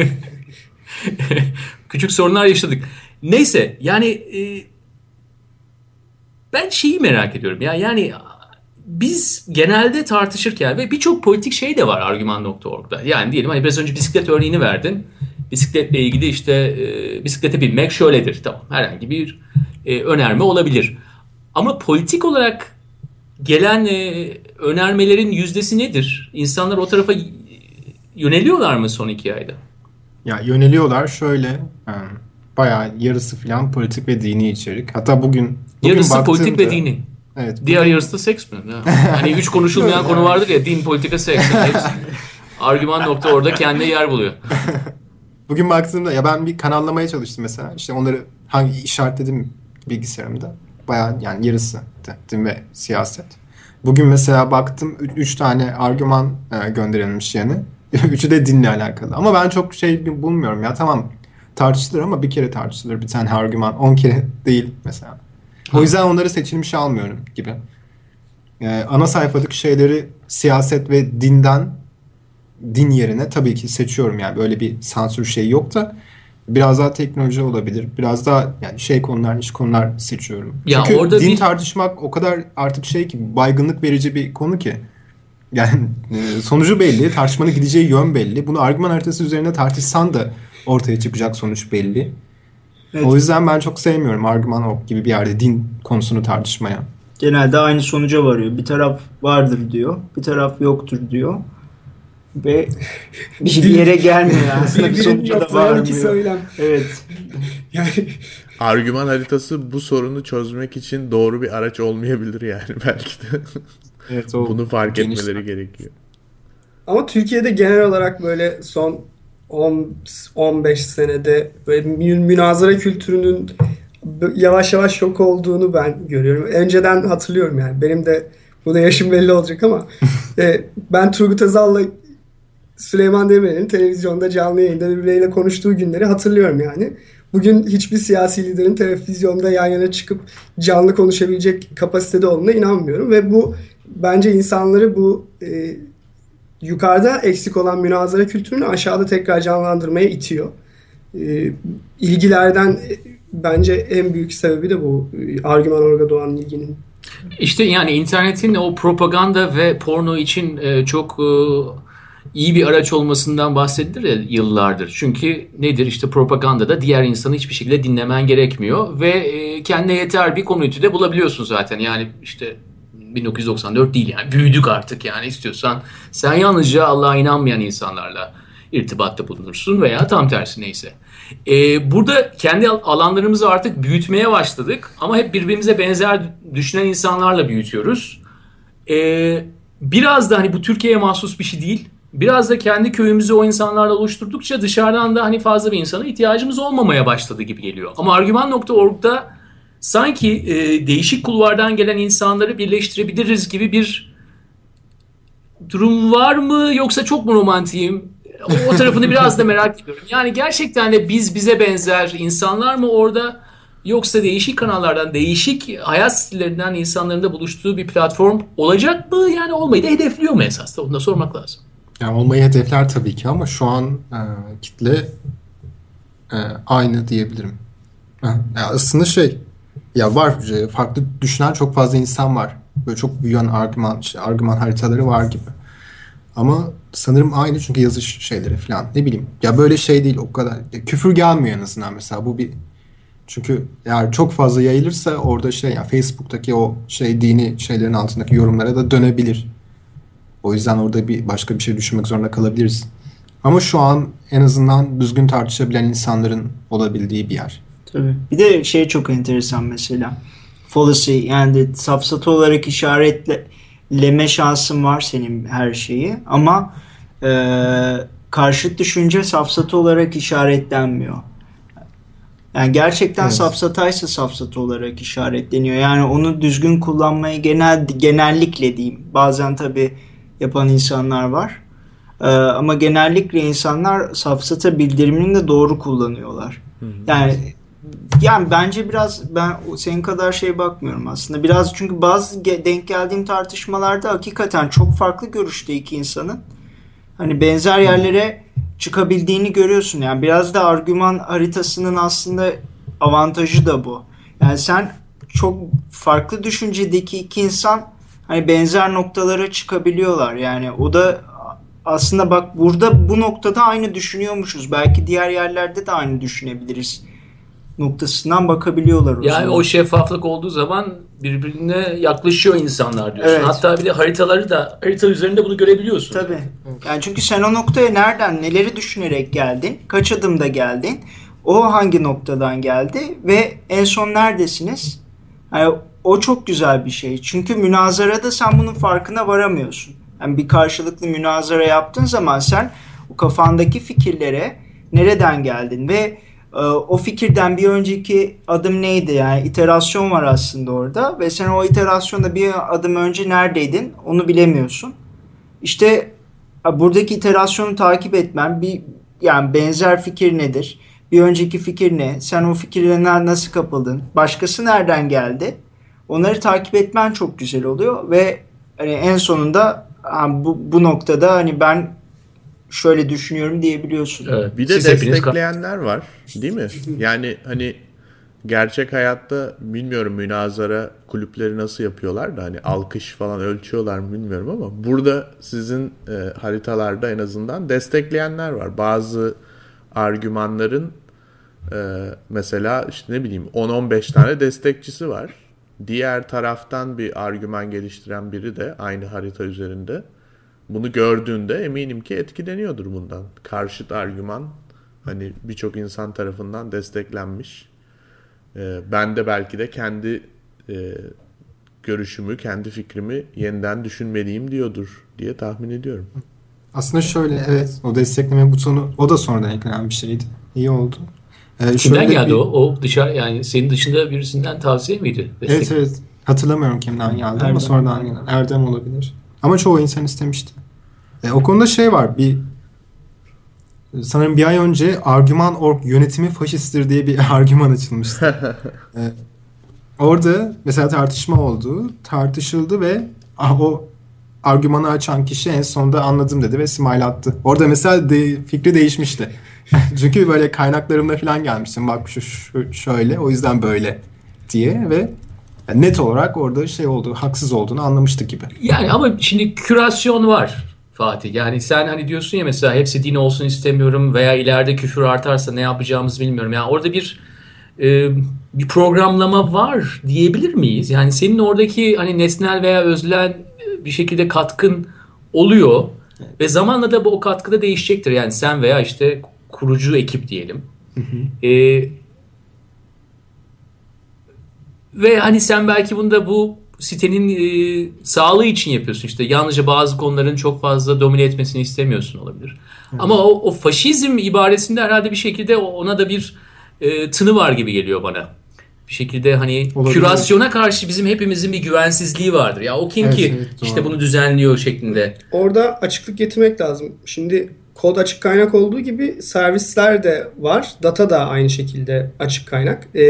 küçük sorunlar yaşadık. Neyse yani e, ben şeyi merak ediyorum ya yani biz genelde tartışırken ve birçok politik şey de var argüman nokta org'da. Yani diyelim hani biraz önce bisiklet örneğini verdin. Bisikletle ilgili işte e, bisiklete binmek şöyledir. Tamam, herhangi bir e, önerme olabilir. Ama politik olarak gelen e, önermelerin yüzdesi nedir? İnsanlar o tarafa yöneliyorlar mı son iki ayda? Ya yöneliyorlar şöyle yani bayağı yarısı falan politik ve dini içerik. Hatta bugün, bugün Yarısı politik ve baktığımda- dini. Evet. Diğer bugün- yarısı da seks mi? Ya. Hani üç konuşulmayan Yok, konu yani. vardır ya, din, politika, seks. Hepsi. Argüman nokta orada kendine yer buluyor. Bugün baktığımda ya ben bir kanallamaya çalıştım mesela. İşte onları hangi işaretledim bilgisayarımda. bayağı yani yarısı din ve siyaset. Bugün mesela baktım üç tane argüman e, gönderilmiş yani. Üçü de dinle alakalı. Ama ben çok şey bulmuyorum ya. Tamam tartışılır ama bir kere tartışılır bir tane argüman. On kere değil mesela. O yüzden onları seçilmiş almıyorum gibi. Ee, ana sayfadaki şeyleri siyaset ve dinden din yerine tabii ki seçiyorum yani. Böyle bir sansür şey yok da biraz daha teknoloji olabilir. Biraz daha yani şey konular, iş konular seçiyorum. Ya çünkü orada din bir... tartışmak o kadar artık şey ki baygınlık verici bir konu ki. Yani sonucu belli, tartışmanın gideceği yön belli. Bunu argüman haritası üzerine tartışsan da ortaya çıkacak sonuç belli. Evet. O yüzden ben çok sevmiyorum argüman ok gibi bir yerde din konusunu tartışmaya. Genelde aynı sonuca varıyor. Bir taraf vardır diyor, bir taraf yoktur diyor. Ve bir yere gelmiyor aslında. Bir sonuca da varmıyor. Evet. Yani argüman haritası bu sorunu çözmek için doğru bir araç olmayabilir yani belki de. Evet, bunu fark geniş etmeleri gerekiyor. Ama Türkiye'de genel olarak böyle son on on beş senede böyle münazara kültürünün yavaş yavaş yok olduğunu ben görüyorum. Önceden hatırlıyorum yani. Benim de bu da yaşım belli olacak ama e, ben Turgut Özal'la Süleyman Demirel'in televizyonda canlı yayında birbirleriyle konuştuğu günleri hatırlıyorum yani. Bugün hiçbir siyasi liderin televizyonda yan yana çıkıp canlı konuşabilecek kapasitede olduğuna inanmıyorum ve bu bence insanları bu e, yukarıda eksik olan münazara kültürünü aşağıda tekrar canlandırmaya itiyor. E, ilgilerden e, bence en büyük sebebi de bu e, argüman orga doğan ilginin. İşte yani internetin o propaganda ve porno için e, çok e, iyi bir araç olmasından bahsedilir ya yıllardır. Çünkü nedir işte propagandada diğer insanı hiçbir şekilde dinlemen gerekmiyor ve e, kendine yeter bir komünitede bulabiliyorsun zaten. Yani işte bin dokuz yüz doksan dört değil yani büyüdük artık yani istiyorsan sen yalnızca Allah'a inanmayan insanlarla irtibatta bulunursun veya tam tersi neyse. Ee, burada kendi alanlarımızı artık büyütmeye başladık ama hep birbirimize benzer düşünen insanlarla büyütüyoruz. Ee, biraz da hani bu Türkiye'ye mahsus bir şey değil. Biraz da kendi köyümüzü o insanlarla oluşturdukça dışarıdan da hani fazla bir insana ihtiyacımız olmamaya başladı gibi geliyor. Ama argüman nokta org'da sanki e, değişik kulvardan gelen insanları birleştirebiliriz gibi bir durum var mı yoksa çok mu romantiyim? O, o tarafını biraz da merak ediyorum. Yani gerçekten de biz bize benzer insanlar mı orada yoksa değişik kanallardan, değişik hayat stillerinden insanların da buluştuğu bir platform olacak mı? Yani olmayı da hedefliyor mu esas da? Onu da sormak lazım. Yani olmayı hedefler tabii ki ama şu an e, kitle e, aynı diyebilirim. E, yani aslında şey ya var farklı düşünen çok fazla insan var. Böyle çok büyüyen argüman, işte argüman haritaları var gibi. Ama sanırım aynı çünkü yazış şeyleri falan ne bileyim. Ya böyle şey değil o kadar. Ya küfür gelmiyor en azından mesela bu bir çünkü eğer çok fazla yayılırsa orada şey ya Facebook'taki o şey dini şeylerin altındaki yorumlara da dönebilir. O yüzden orada bir başka bir şey düşünmek zorunda kalabiliriz. Ama şu an en azından düzgün tartışabilen insanların olabildiği bir yer. Tabii. Bir de şey çok enteresan mesela. Fallacy yani safsata olarak işaretleme şansın var senin her şeyi ama e, karşıt düşünce safsata olarak işaretlenmiyor. Yani gerçekten evet. Safsataysa safsata olarak işaretleniyor. Yani onu düzgün kullanmayı genel genellikle diyeyim. Bazen tabii yapan insanlar var. Ee, ama genellikle insanlar safsata bildirimini de doğru kullanıyorlar. Hı hı. Yani yani bence biraz ben senin kadar şey bakmıyorum aslında. Biraz çünkü bazı denk geldiğim tartışmalarda hakikaten çok farklı görüşte iki insanın hani benzer yerlere çıkabildiğini görüyorsun. Yani biraz da argüman haritasının aslında avantajı da bu. Yani sen çok farklı düşüncedeki iki insan hani benzer noktalara çıkabiliyorlar. Yani o da aslında bak burada bu noktada aynı düşünüyormuşuz. Belki diğer yerlerde de aynı düşünebiliriz noktasından bakabiliyorlar. O yani zaman. O şeffaflık olduğu zaman birbirine yaklaşıyor insanlar diyorsun. Evet. Hatta bir de haritaları da harita üzerinde bunu görebiliyorsun. Tabii. Yani çünkü sen o noktaya nereden, neleri düşünerek geldin? Kaç adımda geldin? O hangi noktadan geldi? Ve en son neredesiniz? Yani o çok güzel bir şey. Çünkü münazarada sen bunun farkına varamıyorsun. Yani bir karşılıklı münazara yaptığın zaman sen o kafandaki fikirlere nereden geldin ve o fikirden bir önceki adım neydi? Yani iterasyon var aslında orada ve sen o iterasyonda bir adım önce neredeydin onu bilemiyorsun. İşte buradaki iterasyonu takip etmen, bir yani benzer fikir nedir? Bir önceki fikir ne? Sen o fikirle nasıl kapıldın? Başkası nereden geldi? Onları takip etmen çok güzel oluyor ve hani en sonunda bu, bu noktada hani ben şöyle düşünüyorum diyebiliyorsun. Evet, bir de Siz destekleyenler var, değil mi? Yani hani gerçek hayatta bilmiyorum münazara kulüpleri nasıl yapıyorlar da hani alkış falan ölçüyorlar mı bilmiyorum ama burada sizin e, haritalarda en azından destekleyenler var. Bazı argümanların e, mesela işte ne bileyim on on beş tane destekçisi var. Diğer taraftan bir argüman geliştiren biri de aynı harita üzerinde bunu gördüğünde eminim ki etkileniyordur bundan. Karşıt argüman hani birçok insan tarafından desteklenmiş. Ee, ben de belki de kendi e, görüşümü, kendi fikrimi yeniden düşünmeliyim diyordur diye tahmin ediyorum. Aslında şöyle evet o destekleme butonu o da sonradan eklenen bir şeydi. İyi oldu. Ee, kimden geldi bir... o? O dışarı yani senin dışında birisinden tavsiye miydi? Destek? Evet evet. Hatırlamıyorum kimden geldi Erdem. Ama sonradan gelen. Erdem olabilir. Ama çoğu insan istemişti. E, o konuda şey var. Bir sanırım bir ay önce argüman nokta org yönetimi faşisttir diye bir argüman açılmıştı. e, orada mesela tartışma oldu. Tartışıldı ve ah, o argümanı açan kişi en sonunda anladım dedi ve smile attı. Orada mesela de, fikri değişmişti. Çünkü böyle kaynaklarımda falan gelmiştim. Bak şu, şu şöyle o yüzden böyle diye ve yani net olarak orada şey oldu, haksız olduğunu anlamıştık gibi. Yani ama şimdi kürasyon var Fatih. Yani sen hani diyorsun ya mesela hepsi din olsun istemiyorum veya ileride küfür artarsa ne yapacağımızı bilmiyorum. Yani orada bir e, bir programlama var diyebilir miyiz? Yani senin oradaki hani nesnel veya özlen bir şekilde katkın oluyor evet. Ve zamanla da bu o katkı da değişecektir. Yani sen veya işte kurucu ekip diyelim. Hı hı. E, ve hani sen belki bunda bu sitenin e, sağlığı için yapıyorsun. İşte yalnızca bazı konuların çok fazla domine etmesini istemiyorsun olabilir. Evet. Ama o, o faşizm ibaresinde herhalde bir şekilde ona da bir e, tını var gibi geliyor bana. Bir şekilde hani olabilir. Kürasyona karşı bizim hepimizin bir güvensizliği vardır. Ya o kim evet, ki evet, işte bunu düzenliyor şeklinde. Orada açıklık getirmek lazım. Şimdi kod açık kaynak olduğu gibi servisler de var. Data da aynı şekilde açık kaynak. Ee,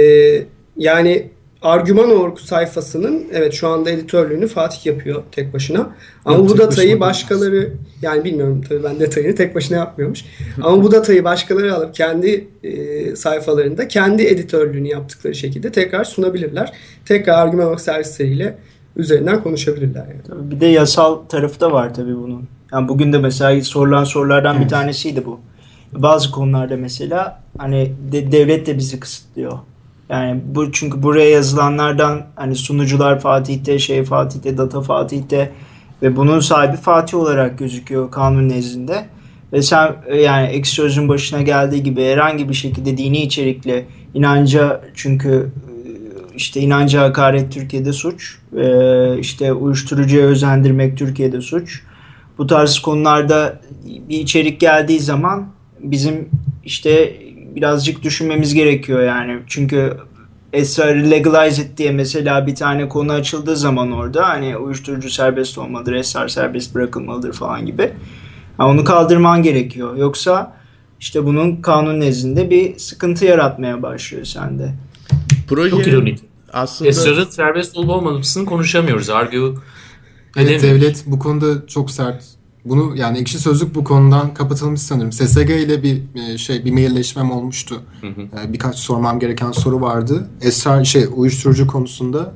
yani argüman nokta org sayfasının evet şu anda editörlüğünü Fatih yapıyor tek başına. Ama evet, bu datayı başkaları yapmaz. Yani bilmiyorum tabii ben detayını tek başına yapmıyormuş. Ama bu datayı başkaları alıp kendi e, sayfalarında kendi editörlüğünü yaptıkları şekilde tekrar sunabilirler. Tekrar argüman nokta org servisleriyle üzerinden konuşabilirler. Yani. Tabii bir de yasal tarafı da var tabii bunun. Yani bugün de mesela sorulan sorulardan evet. bir tanesiydi bu. Bazı konularda mesela hani de, devlet de bizi kısıtlıyor. Yani bu çünkü buraya yazılanlardan hani sunucular Fatih'te, şey Fatih'te, data Fatih'te ve bunun sahibi Fatih olarak gözüküyor kanun nezdinde. Ve sen yani Ekşi Sözlüğün başına geldiği gibi herhangi bir şekilde dini içerikle inanca çünkü işte inanca hakaret Türkiye'de suç, işte uyuşturucuya özendirmek Türkiye'de suç. Bu tarz konularda bir içerik geldiği zaman bizim işte birazcık düşünmemiz gerekiyor yani. Çünkü esrarı legalize it diye mesela bir tane konu açıldığı zaman orada hani uyuşturucu serbest olmalıdır, esrar serbest bırakılmalıdır falan gibi. Yani onu kaldırman gerekiyor. Yoksa işte bunun kanun nezdinde bir sıkıntı yaratmaya başlıyor sende. Proje çok ironik. Aslında esrarın serbest olup olmadığını konuşamıyoruz. Argue evet, devlet bu konuda çok sert. Bunu yani Ekşi Sözlük bu konudan kapatılmış sanırım. S S G ile bir şey bir mailleşmem olmuştu. Hı hı. Birkaç sormam gereken soru vardı. Esrar şey uyuşturucu konusunda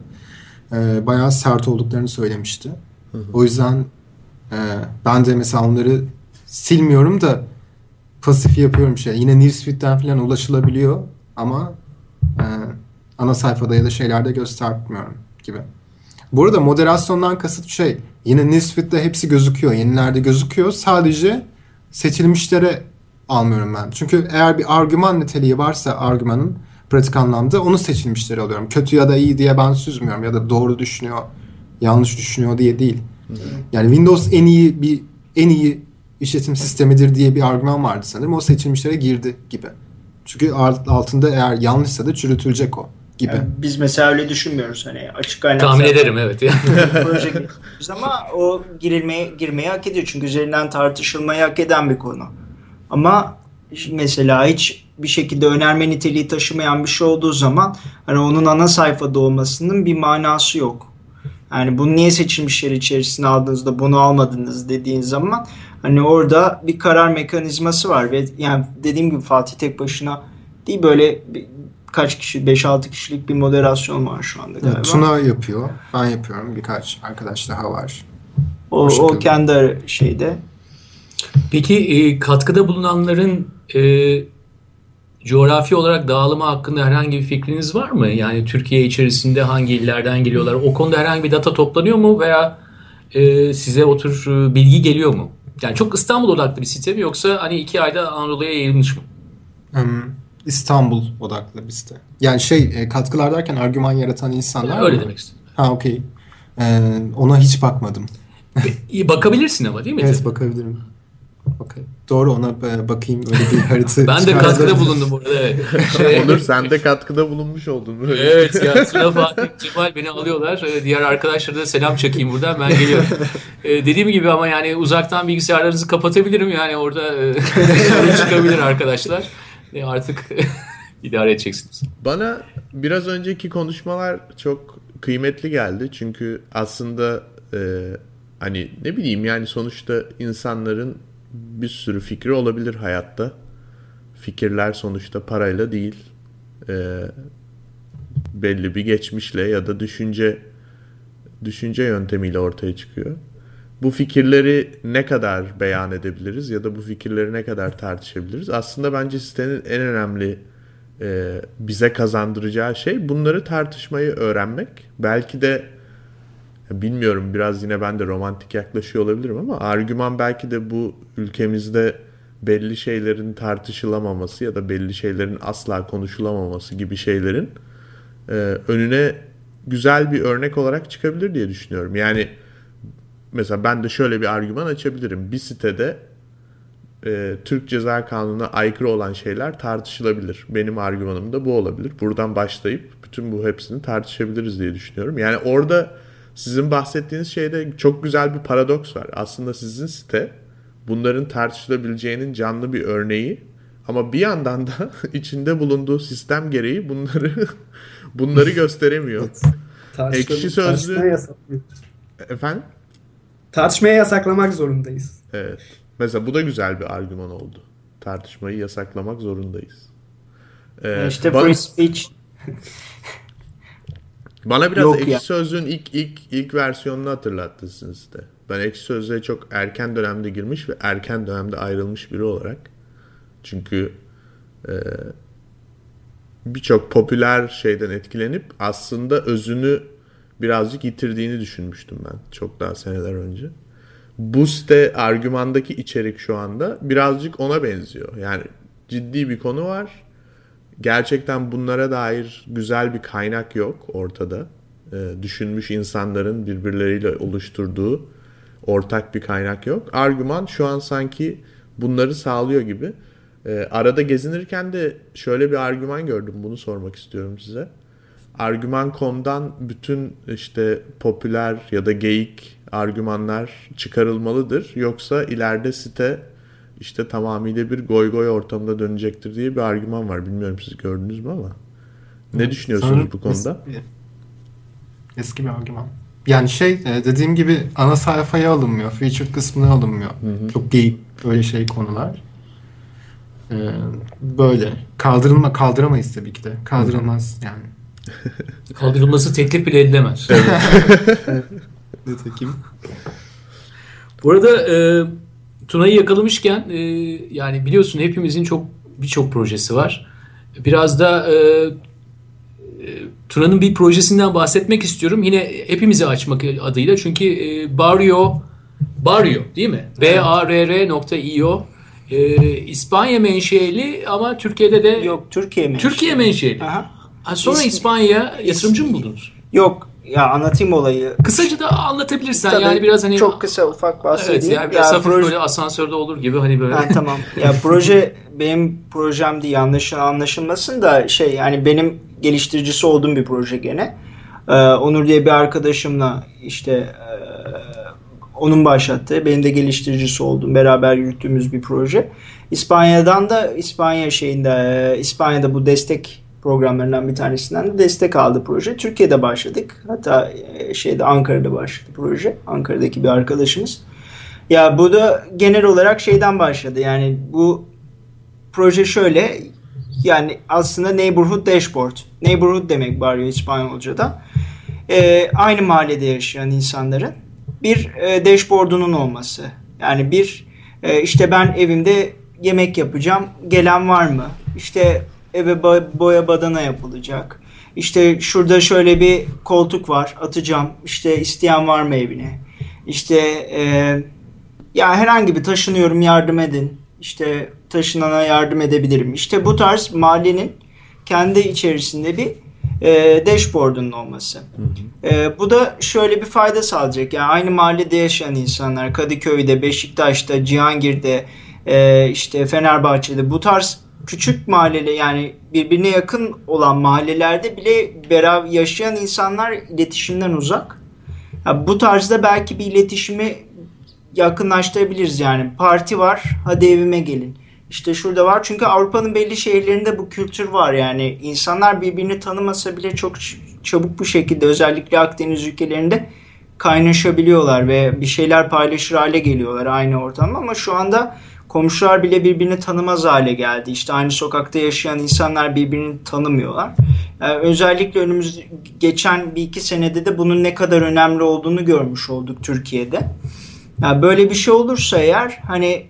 e, bayağı sert olduklarını söylemişti. Hı hı. O yüzden e, ben de mesela onları silmiyorum da pasif yapıyorum şey. Yine Newsfeed'den falan ulaşılabiliyor ama e, ana sayfada ya da şeylerde göstermiyorum gibi. Bu arada moderasyondan kasıt şey yine Newsfeed'de hepsi gözüküyor. Yenilerde gözüküyor. Sadece seçilmişlere almıyorum ben. Çünkü eğer bir argüman niteliği varsa argümanın pratik anlamda onu seçilmişleri alıyorum. Kötü ya da iyi diye ben süzmüyorum. Ya da doğru düşünüyor, yanlış düşünüyor diye değil. Hmm. Yani Windows en iyi bir en iyi işletim sistemidir diye bir argüman vardı sanırım. O seçilmişlere girdi gibi. Çünkü altında eğer yanlışsa da çürütülecek o gibi. Yani biz mesela öyle düşünmüyoruz. Hani açık kaynak. Tahmin ederim evet. Proje getiriyoruz ama o girilmeye, girmeyi hak ediyor. Çünkü üzerinden tartışılmayı hak eden bir konu. Ama mesela hiç bir şekilde önerme niteliği taşımayan bir şey olduğu zaman hani onun ana sayfada olmasının bir manası yok. Yani bunu niye seçilmişler içerisine aldığınızda bunu almadınız dediğin zaman hani orada bir karar mekanizması var ve yani dediğim gibi Fatih tek başına değil, böyle bir, kaç kişi, beş altı kişilik bir moderasyon var şu anda galiba. Tuna yapıyor, ben yapıyorum, birkaç arkadaş daha var. O, o, o kendi şeyde. Peki e, katkıda bulunanların e, coğrafi olarak dağılımı hakkında herhangi bir fikriniz var mı? Yani Türkiye içerisinde hangi illerden geliyorlar? O konuda herhangi bir data toplanıyor mu veya e, size o tür e, bilgi geliyor mu? Yani çok İstanbul odaklı bir site mi yoksa hani iki ayda Anadolu'ya yayılmış mı? Um, İstanbul odaklı bir site. Yani şey katkılar derken argüman yaratan insanlar yani öyle mı? demek istedim. Ha okey. Ee, ona hiç bakmadım. Bakabilirsin ama değil mi? Evet bakabilirim. Okay. Doğru, ona bakayım, öyle bir harita. Ben de katkıda bulundum orada. Evet. Şey, Onur sen de katkıda bulunmuş oldun. Böyle. Evet ya, Sıla, Fatih, Cemal beni alıyorlar. Diğer arkadaşlara da selam çakayım buradan, ben geliyorum. Ee, dediğim gibi ama yani uzaktan bilgisayarlarınızı kapatabilirim yani orada e, çıkabilir arkadaşlar. E, artık idare edeceksiniz. Bana biraz önceki konuşmalar çok kıymetli geldi. Çünkü aslında e, hani ne bileyim yani sonuçta insanların bir sürü fikri olabilir hayatta. Fikirler sonuçta parayla değil, e, belli bir geçmişle ya da düşünce düşünce yöntemiyle ortaya çıkıyor. Bu fikirleri ne kadar beyan edebiliriz ya da bu fikirleri ne kadar tartışabiliriz? Aslında bence sitenin en önemli e, bize kazandıracağı şey bunları tartışmayı öğrenmek. Belki de bilmiyorum, biraz yine ben de romantik yaklaşıyor olabilirim ama argüman belki de bu ülkemizde belli şeylerin tartışılamaması ya da belli şeylerin asla konuşulamaması gibi şeylerin e, önüne güzel bir örnek olarak çıkabilir diye düşünüyorum. Yani mesela ben de şöyle bir argüman açabilirim. Bir sitede e, Türk Ceza Kanunu'na aykırı olan şeyler tartışılabilir. Benim argümanım da bu olabilir. Buradan başlayıp bütün bu hepsini tartışabiliriz diye düşünüyorum. Yani orada sizin bahsettiğiniz şeyde çok güzel bir paradoks var. Aslında sizin site bunların tartışılabileceğinin canlı bir örneği ama bir yandan da içinde bulunduğu sistem gereği bunları bunları gösteremiyor. Evet. Ekşi Sözlü efendim? Tartışmaya yasaklamak zorundayız. Evet. Mesela bu da güzel bir argüman oldu. Tartışmayı yasaklamak zorundayız. Ee, işte bana, free speech. Bana biraz Yok Ekşi ya. Sözlüğün ilk ilk ilk versiyonunu hatırlattı sizin de. Ben Ekşi Sözlüğe çok erken dönemde girmiş ve erken dönemde ayrılmış biri olarak. Çünkü e, birçok popüler şeyden etkilenip aslında özünü birazcık yitirdiğini düşünmüştüm ben çok daha seneler önce. Bu site argümandaki içerik şu anda birazcık ona benziyor. Yani ciddi bir konu var. Gerçekten bunlara dair güzel bir kaynak yok ortada. Ee, düşünmüş insanların birbirleriyle oluşturduğu ortak bir kaynak yok. Argüman şu an sanki bunları sağlıyor gibi. Ee, arada gezinirken de şöyle bir argüman gördüm. Bunu sormak istiyorum size. argüman nokta com'dan bütün işte popüler ya da geyik argümanlar çıkarılmalıdır. Yoksa ileride site işte tamamıyla bir goy goy ortamına dönecektir diye bir argüman var. Bilmiyorum siz gördünüz mü ama. Ne evet, düşünüyorsunuz bu konuda? Eski, eski bir argüman. Yani şey dediğim gibi ana sayfaya alınmıyor. Featured kısmına alınmıyor. Hı hı. Çok geyik öyle şey konular. Ee, böyle. Kaldırılma, kaldıramayız tabii ki de. Kaldırılmaz yani. Kaldırılması teklif bile edilemez. Evet. Nitekim. Bu arada e, Tuna'yı yakalamışken e, yani biliyorsun hepimizin çok birçok projesi var. Biraz da e, e, Tuna'nın bir projesinden bahsetmek istiyorum. Yine hepimizi açmak adıyla. Çünkü e, Barrio Barrio değil mi? B A R R nokta i o e, İspanya menşeli ama Türkiye'de de yok Türkiye menşeli. Türkiye menşeli. Aha. Ha, sonra İspanya yatırımcı mı buldunuz? Yok. ya anlatayım olayı. Kısaca da anlatabilirsen Tabii, yani biraz hani çok kısa ufak bahsedeyim. Evet yani biraz ya, hafif proje... böyle asansörde olur gibi hani böyle. Ha, tamam. Ya proje benim projem değil, anlaşıl anlaşılmasın da şey yani benim geliştiricisi olduğum bir proje gene. Ee, Onur diye bir arkadaşımla işte e, onun başlattığı, benim de geliştiricisi olduğum, beraber yürüttüğümüz bir proje. İspanya'dan da İspanya şeyinde e, İspanya'da bu destek programlarından bir tanesinden de destek aldı proje. Türkiye'de başladık. Hatta e, şeyde Ankara'da başladı proje. Ankara'daki bir arkadaşımız. Ya bu da genel olarak şeyden başladı. Yani bu proje şöyle, yani aslında neighborhood dashboard. Neighborhood demek bağırıyor İspanyolca'da. Ee, aynı mahallede yaşayan insanların bir e, dashboard'unun olması. Yani bir e, işte ben evimde yemek yapacağım. Gelen var mı? İşte eve boya badana yapılacak. İşte şurada şöyle bir koltuk var. Atacağım. İşte isteyen var mı evine? İşte eee ya herhangi bir taşınıyorum, yardım edin. İşte taşınana yardım edebilirim. İşte bu tarz mahallenin kendi içerisinde bir e, dashboard'un olması. Hı hı. E, bu da şöyle bir fayda sağlayacak. Yani aynı mahallede yaşayan insanlar Kadıköy'de, Beşiktaş'ta, Cihangir'de, e, işte Fenerbahçe'de bu tarz küçük mahalleler, yani birbirine yakın olan mahallelerde bile beraber yaşayan insanlar iletişimden uzak. Ya bu tarzda belki bir iletişimi yakınlaştırabiliriz yani. Parti var, hadi evime gelin. İşte şurada var. Çünkü Avrupa'nın belli şehirlerinde bu kültür var yani. İnsanlar birbirini tanımasa bile çok çabuk bir şekilde, özellikle Akdeniz ülkelerinde kaynaşabiliyorlar ve bir şeyler paylaşır hale geliyorlar aynı ortamda. Ama şu anda komşular bile birbirini tanımaz hale geldi. İşte aynı sokakta yaşayan insanlar birbirini tanımıyorlar. Yani özellikle önümüz geçen bir iki senede de bunun ne kadar önemli olduğunu görmüş olduk Türkiye'de. Yani böyle bir şey olursa eğer, hani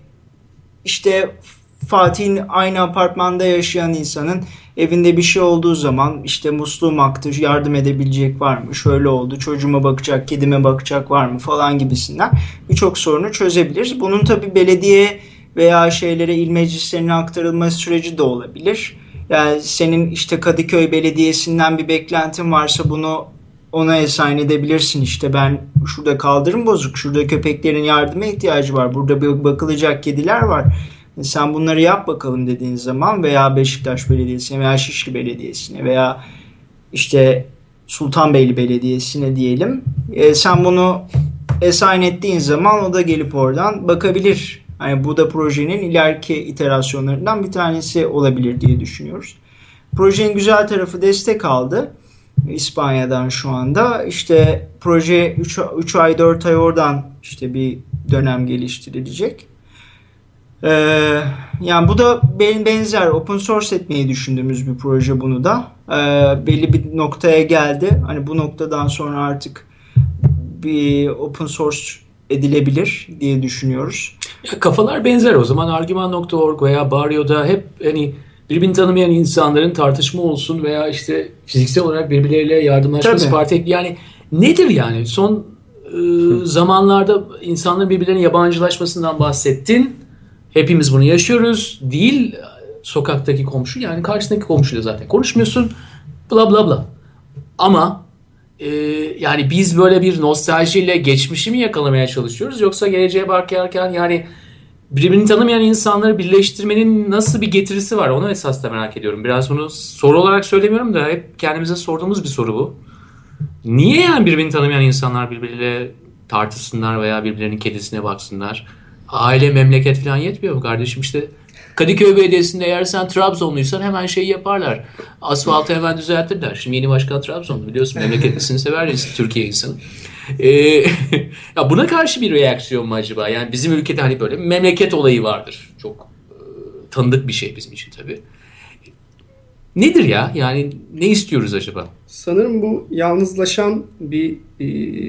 işte Fatih'in aynı apartmanda yaşayan insanın evinde bir şey olduğu zaman işte musluğum aktı, yardım edebilecek var mı? Şöyle oldu, çocuğuma bakacak, kedime bakacak var mı falan gibisinden birçok sorunu çözebiliriz. Bunun tabii belediye veya şeylere, il meclislerine aktarılması süreci de olabilir. Yani senin işte Kadıköy Belediyesi'nden bir beklentin varsa bunu ona esayen edebilirsin. İşte ben şurada kaldırım bozuk, şurada köpeklerin yardıma ihtiyacı var, burada bir bakılacak kediler var. Sen bunları yap bakalım dediğin zaman, veya Beşiktaş Belediyesi'ne veya Şişli Belediyesi'ne veya işte Sultanbeyli Belediyesi'ne diyelim. E, sen bunu esayen ettiğin zaman o da gelip oradan bakabilir. Yani bu da projenin ileriki iterasyonlarından bir tanesi olabilir diye düşünüyoruz. Projenin güzel tarafı, destek aldı İspanya'dan şu anda. İşte proje üç ay dört ay oradan işte bir dönem geliştirilecek. Ee, yani bu da benzer open source etmeyi düşündüğümüz bir proje, bunu da. Ee, belli bir noktaya geldi. Hani bu noktadan sonra artık bir open source edilebilir diye düşünüyoruz. Ya kafalar benzer o zaman. Argüman nokta org veya Bario'da hep hani birbirini tanımayan insanların tartışma olsun veya işte fiziksel olarak birbirleriyle yardımlaşması, parti, yani nedir yani? Son e, zamanlarda insanların birbirlerine yabancılaşmasından bahsettin. Hepimiz bunu yaşıyoruz. Değil sokaktaki komşu, yani karşısındaki komşuyla zaten konuşmuyorsun. Bla bla bla. Ama e, yani biz böyle bir nostaljiyle geçmişi mi yakalamaya çalışıyoruz, yoksa geleceğe bakarken yani birbirini tanımayan insanları birleştirmenin nasıl bir getirisi var, onu esas da merak ediyorum. Biraz bunu soru olarak söylemiyorum da hep kendimize sorduğumuz bir soru bu. Niye yani birbirini tanımayan insanlar birbiriyle tartışsınlar veya birbirlerinin kedisine baksınlar? Aile, memleket falan yetmiyor mu kardeşim? İşte Kadıköy Belediyesi'nde eğer sen Trabzonluysan hemen şeyi yaparlar. Asfaltı hemen düzeltirler. Şimdi yeni başkan Trabzonlu, biliyorsun, memleketlisini sever Türkiye insanı. Ee, ya buna karşı bir reaksiyon mu acaba? Yani bizim ülkede hani böyle memleket olayı vardır. Çok e, tanıdık bir şey bizim için tabii. Nedir ya? Yani ne istiyoruz acaba? Sanırım bu yalnızlaşan bir e,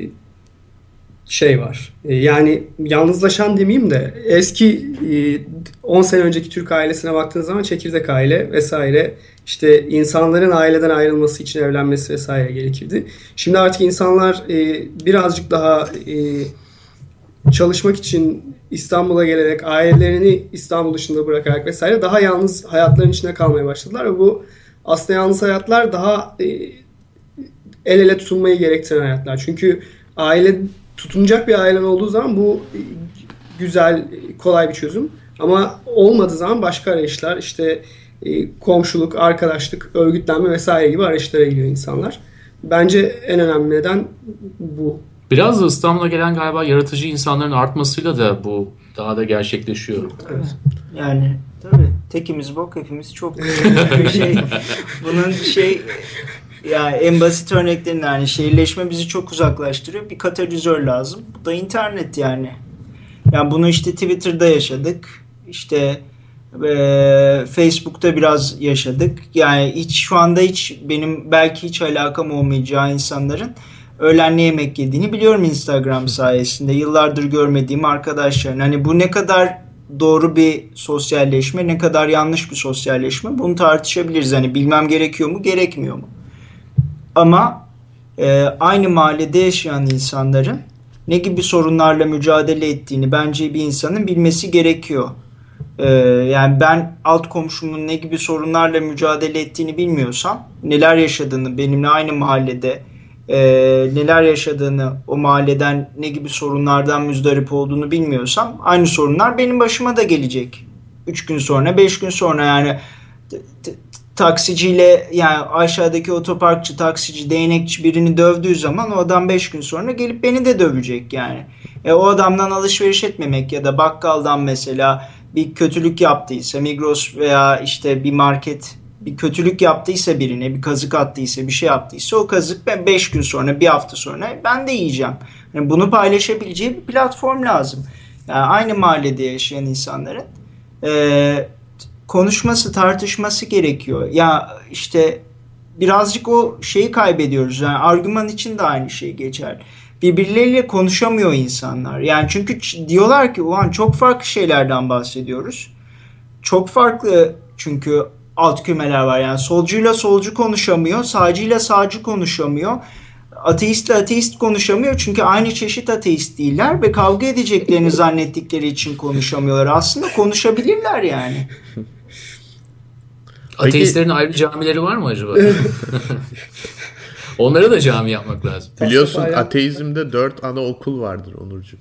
şey var. E, yani yalnızlaşan demeyeyim de eski e, on sene önceki Türk ailesine baktığınız zaman çekirdek aile vesaire, işte insanların aileden ayrılması için evlenmesi vesaire gerekirdi. Şimdi artık insanlar e, birazcık daha e, çalışmak için İstanbul'a gelerek, ailelerini İstanbul dışında bırakarak vesaire daha yalnız hayatların içinde kalmaya başladılar ve bu aslında yalnız hayatlar daha e, el ele tutulmayı gerektiren hayatlar. Çünkü aile tutunacak bir ailen olduğu zaman bu güzel, kolay bir çözüm. Ama olmadığı zaman başka arayışlar, işte komşuluk, arkadaşlık, örgütlenme vesaire gibi arayışlara gidiyor insanlar. Bence en önemli neden bu. Biraz da İstanbul'a gelen galiba yaratıcı insanların artmasıyla da bu daha da gerçekleşiyor. Evet. Yani tabii tekimiz bok, hepimiz çok şey. Bunun şey ya en basit örneklerinden yani şehirleşme bizi çok uzaklaştırıyor. Bir katalizör lazım. Bu da internet yani. Yani bunu işte Twitter'da yaşadık. İşte e, Facebook'ta biraz yaşadık. Yani hiç şu anda hiç benim belki hiç alakam olmayacağı insanların öğlen ne yemek yediğini biliyorum Instagram sayesinde. Yıllardır görmediğim arkadaşların. Hani bu ne kadar doğru bir sosyalleşme, ne kadar yanlış bir sosyalleşme, bunu tartışabiliriz. Hani bilmem gerekiyor mu, gerekmiyor mu? Ama e, aynı mahallede yaşayan insanların ne gibi sorunlarla mücadele ettiğini bence bir insanın bilmesi gerekiyor. E, yani ben alt komşumun ne gibi sorunlarla mücadele ettiğini bilmiyorsam, neler yaşadığını benimle aynı mahallede e, neler yaşadığını, o mahalleden ne gibi sorunlardan müzdarip olduğunu bilmiyorsam aynı sorunlar benim başıma da gelecek. Üç gün sonra, beş gün sonra yani t- t- taksiciyle yani aşağıdaki otoparkçı, taksici, değnekçi birini dövdüğü zaman o adam beş gün sonra gelip beni de dövecek yani. E, o adamdan alışveriş etmemek ya da bakkaldan mesela bir kötülük yaptıysa, Migros veya işte bir market bir kötülük yaptıysa birine, bir kazık attıysa, bir şey yaptıysa o kazık ben beş gün sonra, bir hafta sonra ben de yiyeceğim. Yani bunu paylaşabileceği bir platform lazım. Yani aynı mahallede yaşayan insanların e, konuşması, tartışması gerekiyor. Ya işte birazcık o şeyi kaybediyoruz. Yani argüman için de aynı şey geçer. Birbirleriyle konuşamıyor insanlar. Yani çünkü diyorlar ki ulan çok farklı şeylerden bahsediyoruz. Çok farklı çünkü alt kümeler var. Yani solcuyla solcu konuşamıyor, sağcıyla sağcı konuşamıyor. Ateistle ateist konuşamıyor çünkü aynı çeşit ateist değiller ve kavga edeceklerini zannettikleri için konuşamıyorlar. Aslında konuşabilirler yani. Ateistlerin ayrı camileri var mı acaba? Onlara da cami yapmak lazım. Biliyorsun ateizmde dört ana okul vardır Onurcuğum.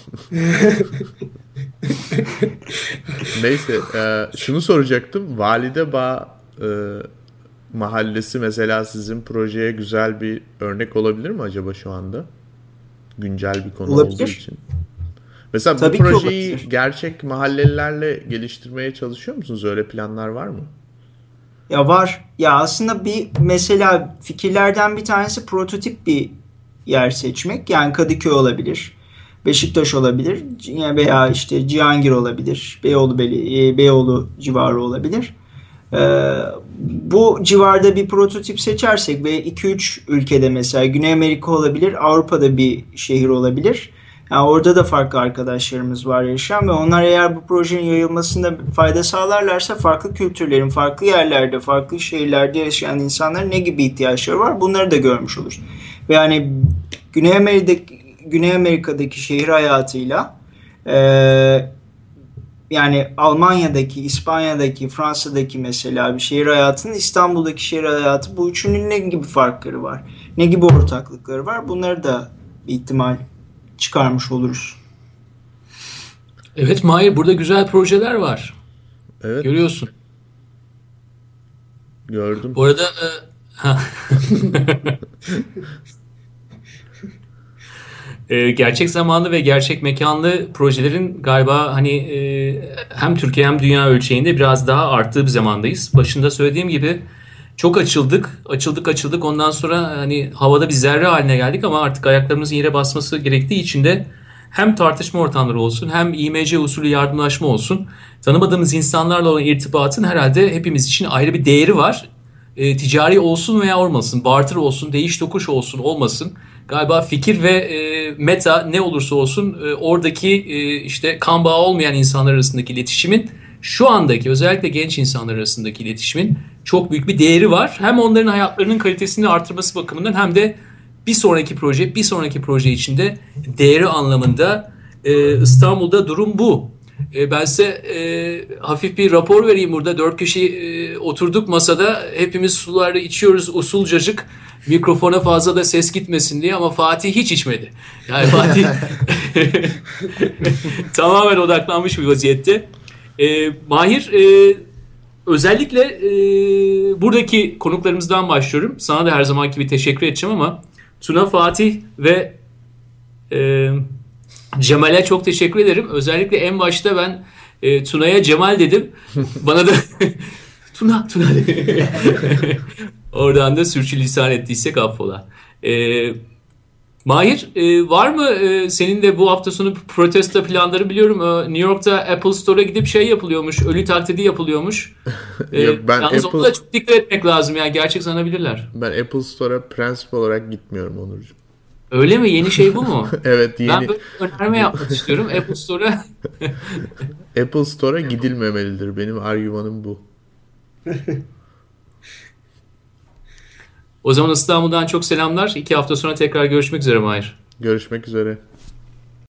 Neyse e, şunu soracaktım. Validebağ e, mahallesi mesela sizin projeye güzel bir örnek olabilir mi acaba şu anda? Güncel bir konu olabilir. olduğu için. Mesela Tabii bu projeyi olabilir. gerçek mahallelilerle geliştirmeye çalışıyor musunuz? Öyle planlar var mı? Ya var. Ya aslında bir mesela fikirlerden bir tanesi prototip bir yer seçmek. Yani Kadıköy olabilir. Beşiktaş olabilir. Veya işte Cihangir olabilir. Beyoğlu, Beli, Beyoğlu civarı olabilir. Ee, bu civarda bir prototip seçersek ve iki üç ülkede mesela Güney Amerika olabilir. Avrupa'da bir şehir olabilir. Yani orada da farklı arkadaşlarımız var yaşayan ve onlar eğer bu projenin yayılmasında fayda sağlarlarsa farklı kültürlerin, farklı yerlerde, farklı şehirlerde yaşayan insanların ne gibi ihtiyaçları var bunları da görmüş oluruz. Ve yani Güney Amerika'daki, Güney Amerika'daki şehir hayatıyla e, yani Almanya'daki, İspanya'daki, Fransa'daki mesela bir şehir hayatının İstanbul'daki şehir hayatı bu üçünün ne gibi farkları var? Ne gibi ortaklıkları var? Bunları da bir ihtimal çıkarmış oluruz. Evet Mahir, burada güzel projeler var. Evet. Görüyorsun. Gördüm. Bu arada e, ha. e, gerçek zamanlı ve gerçek mekanlı projelerin galiba hani e, hem Türkiye hem dünya ölçeğinde biraz daha arttığı bir zamandayız. Başında söylediğim gibi çok açıldık, açıldık açıldık. Ondan sonra hani havada bir zerre haline geldik ama artık ayaklarımızın yere basması gerektiği için de hem tartışma ortamları olsun hem İ M C usulü yardımlaşma olsun. Tanımadığımız insanlarla olan irtibatın herhalde hepimiz için ayrı bir değeri var. E, ticari olsun veya olmasın, barter olsun, değiş tokuş olsun olmasın. Galiba fikir ve e, meta ne olursa olsun e, oradaki e, işte kan bağı olmayan insanlar arasındaki iletişimin şu andaki özellikle genç insanlar arasındaki iletişimin çok büyük bir değeri var. Hem onların hayatlarının kalitesini artırması bakımından hem de bir sonraki proje, bir sonraki proje içinde değeri anlamında e, İstanbul'da durum bu. E, ben size e, hafif bir rapor vereyim burada. Dört kişi e, oturduk masada. Hepimiz suları içiyoruz usulcacık. Mikrofona fazla da ses gitmesin diye ama Fatih hiç içmedi. Yani Fatih tamamen odaklanmış bir vaziyette. E, Mahir, e, özellikle e, buradaki konuklarımızdan başlıyorum. Sana da her zamanki gibi teşekkür edeceğim ama Tuna, Fatih ve e, Cemal'e çok teşekkür ederim. Özellikle en başta ben e, Tuna'ya Cemal dedim. Bana da Tuna, Tuna dedi. Oradan da sürçülisan ettiysek affola. E, Mahir, e, var mı e, senin de bu hafta sonu protesto planları biliyorum. E, New York'ta Apple Store'a gidip şey yapılıyormuş, ölü taklidi yapılıyormuş. E, Yok, ben yalnız Apple... ona da çok dikkat etmek lazım yani, gerçek sanabilirler. Ben Apple Store'a prensip olarak gitmiyorum Onurcuğum. Öyle mi? Yeni şey bu mu? Evet, yeni. Ben böyle önerme yapmak istiyorum. Apple Store'a Apple Store'a gidilmemelidir. Benim argümanım bu. O zaman İstanbul'dan çok selamlar. İki hafta sonra tekrar görüşmek üzere Mahir. Görüşmek üzere.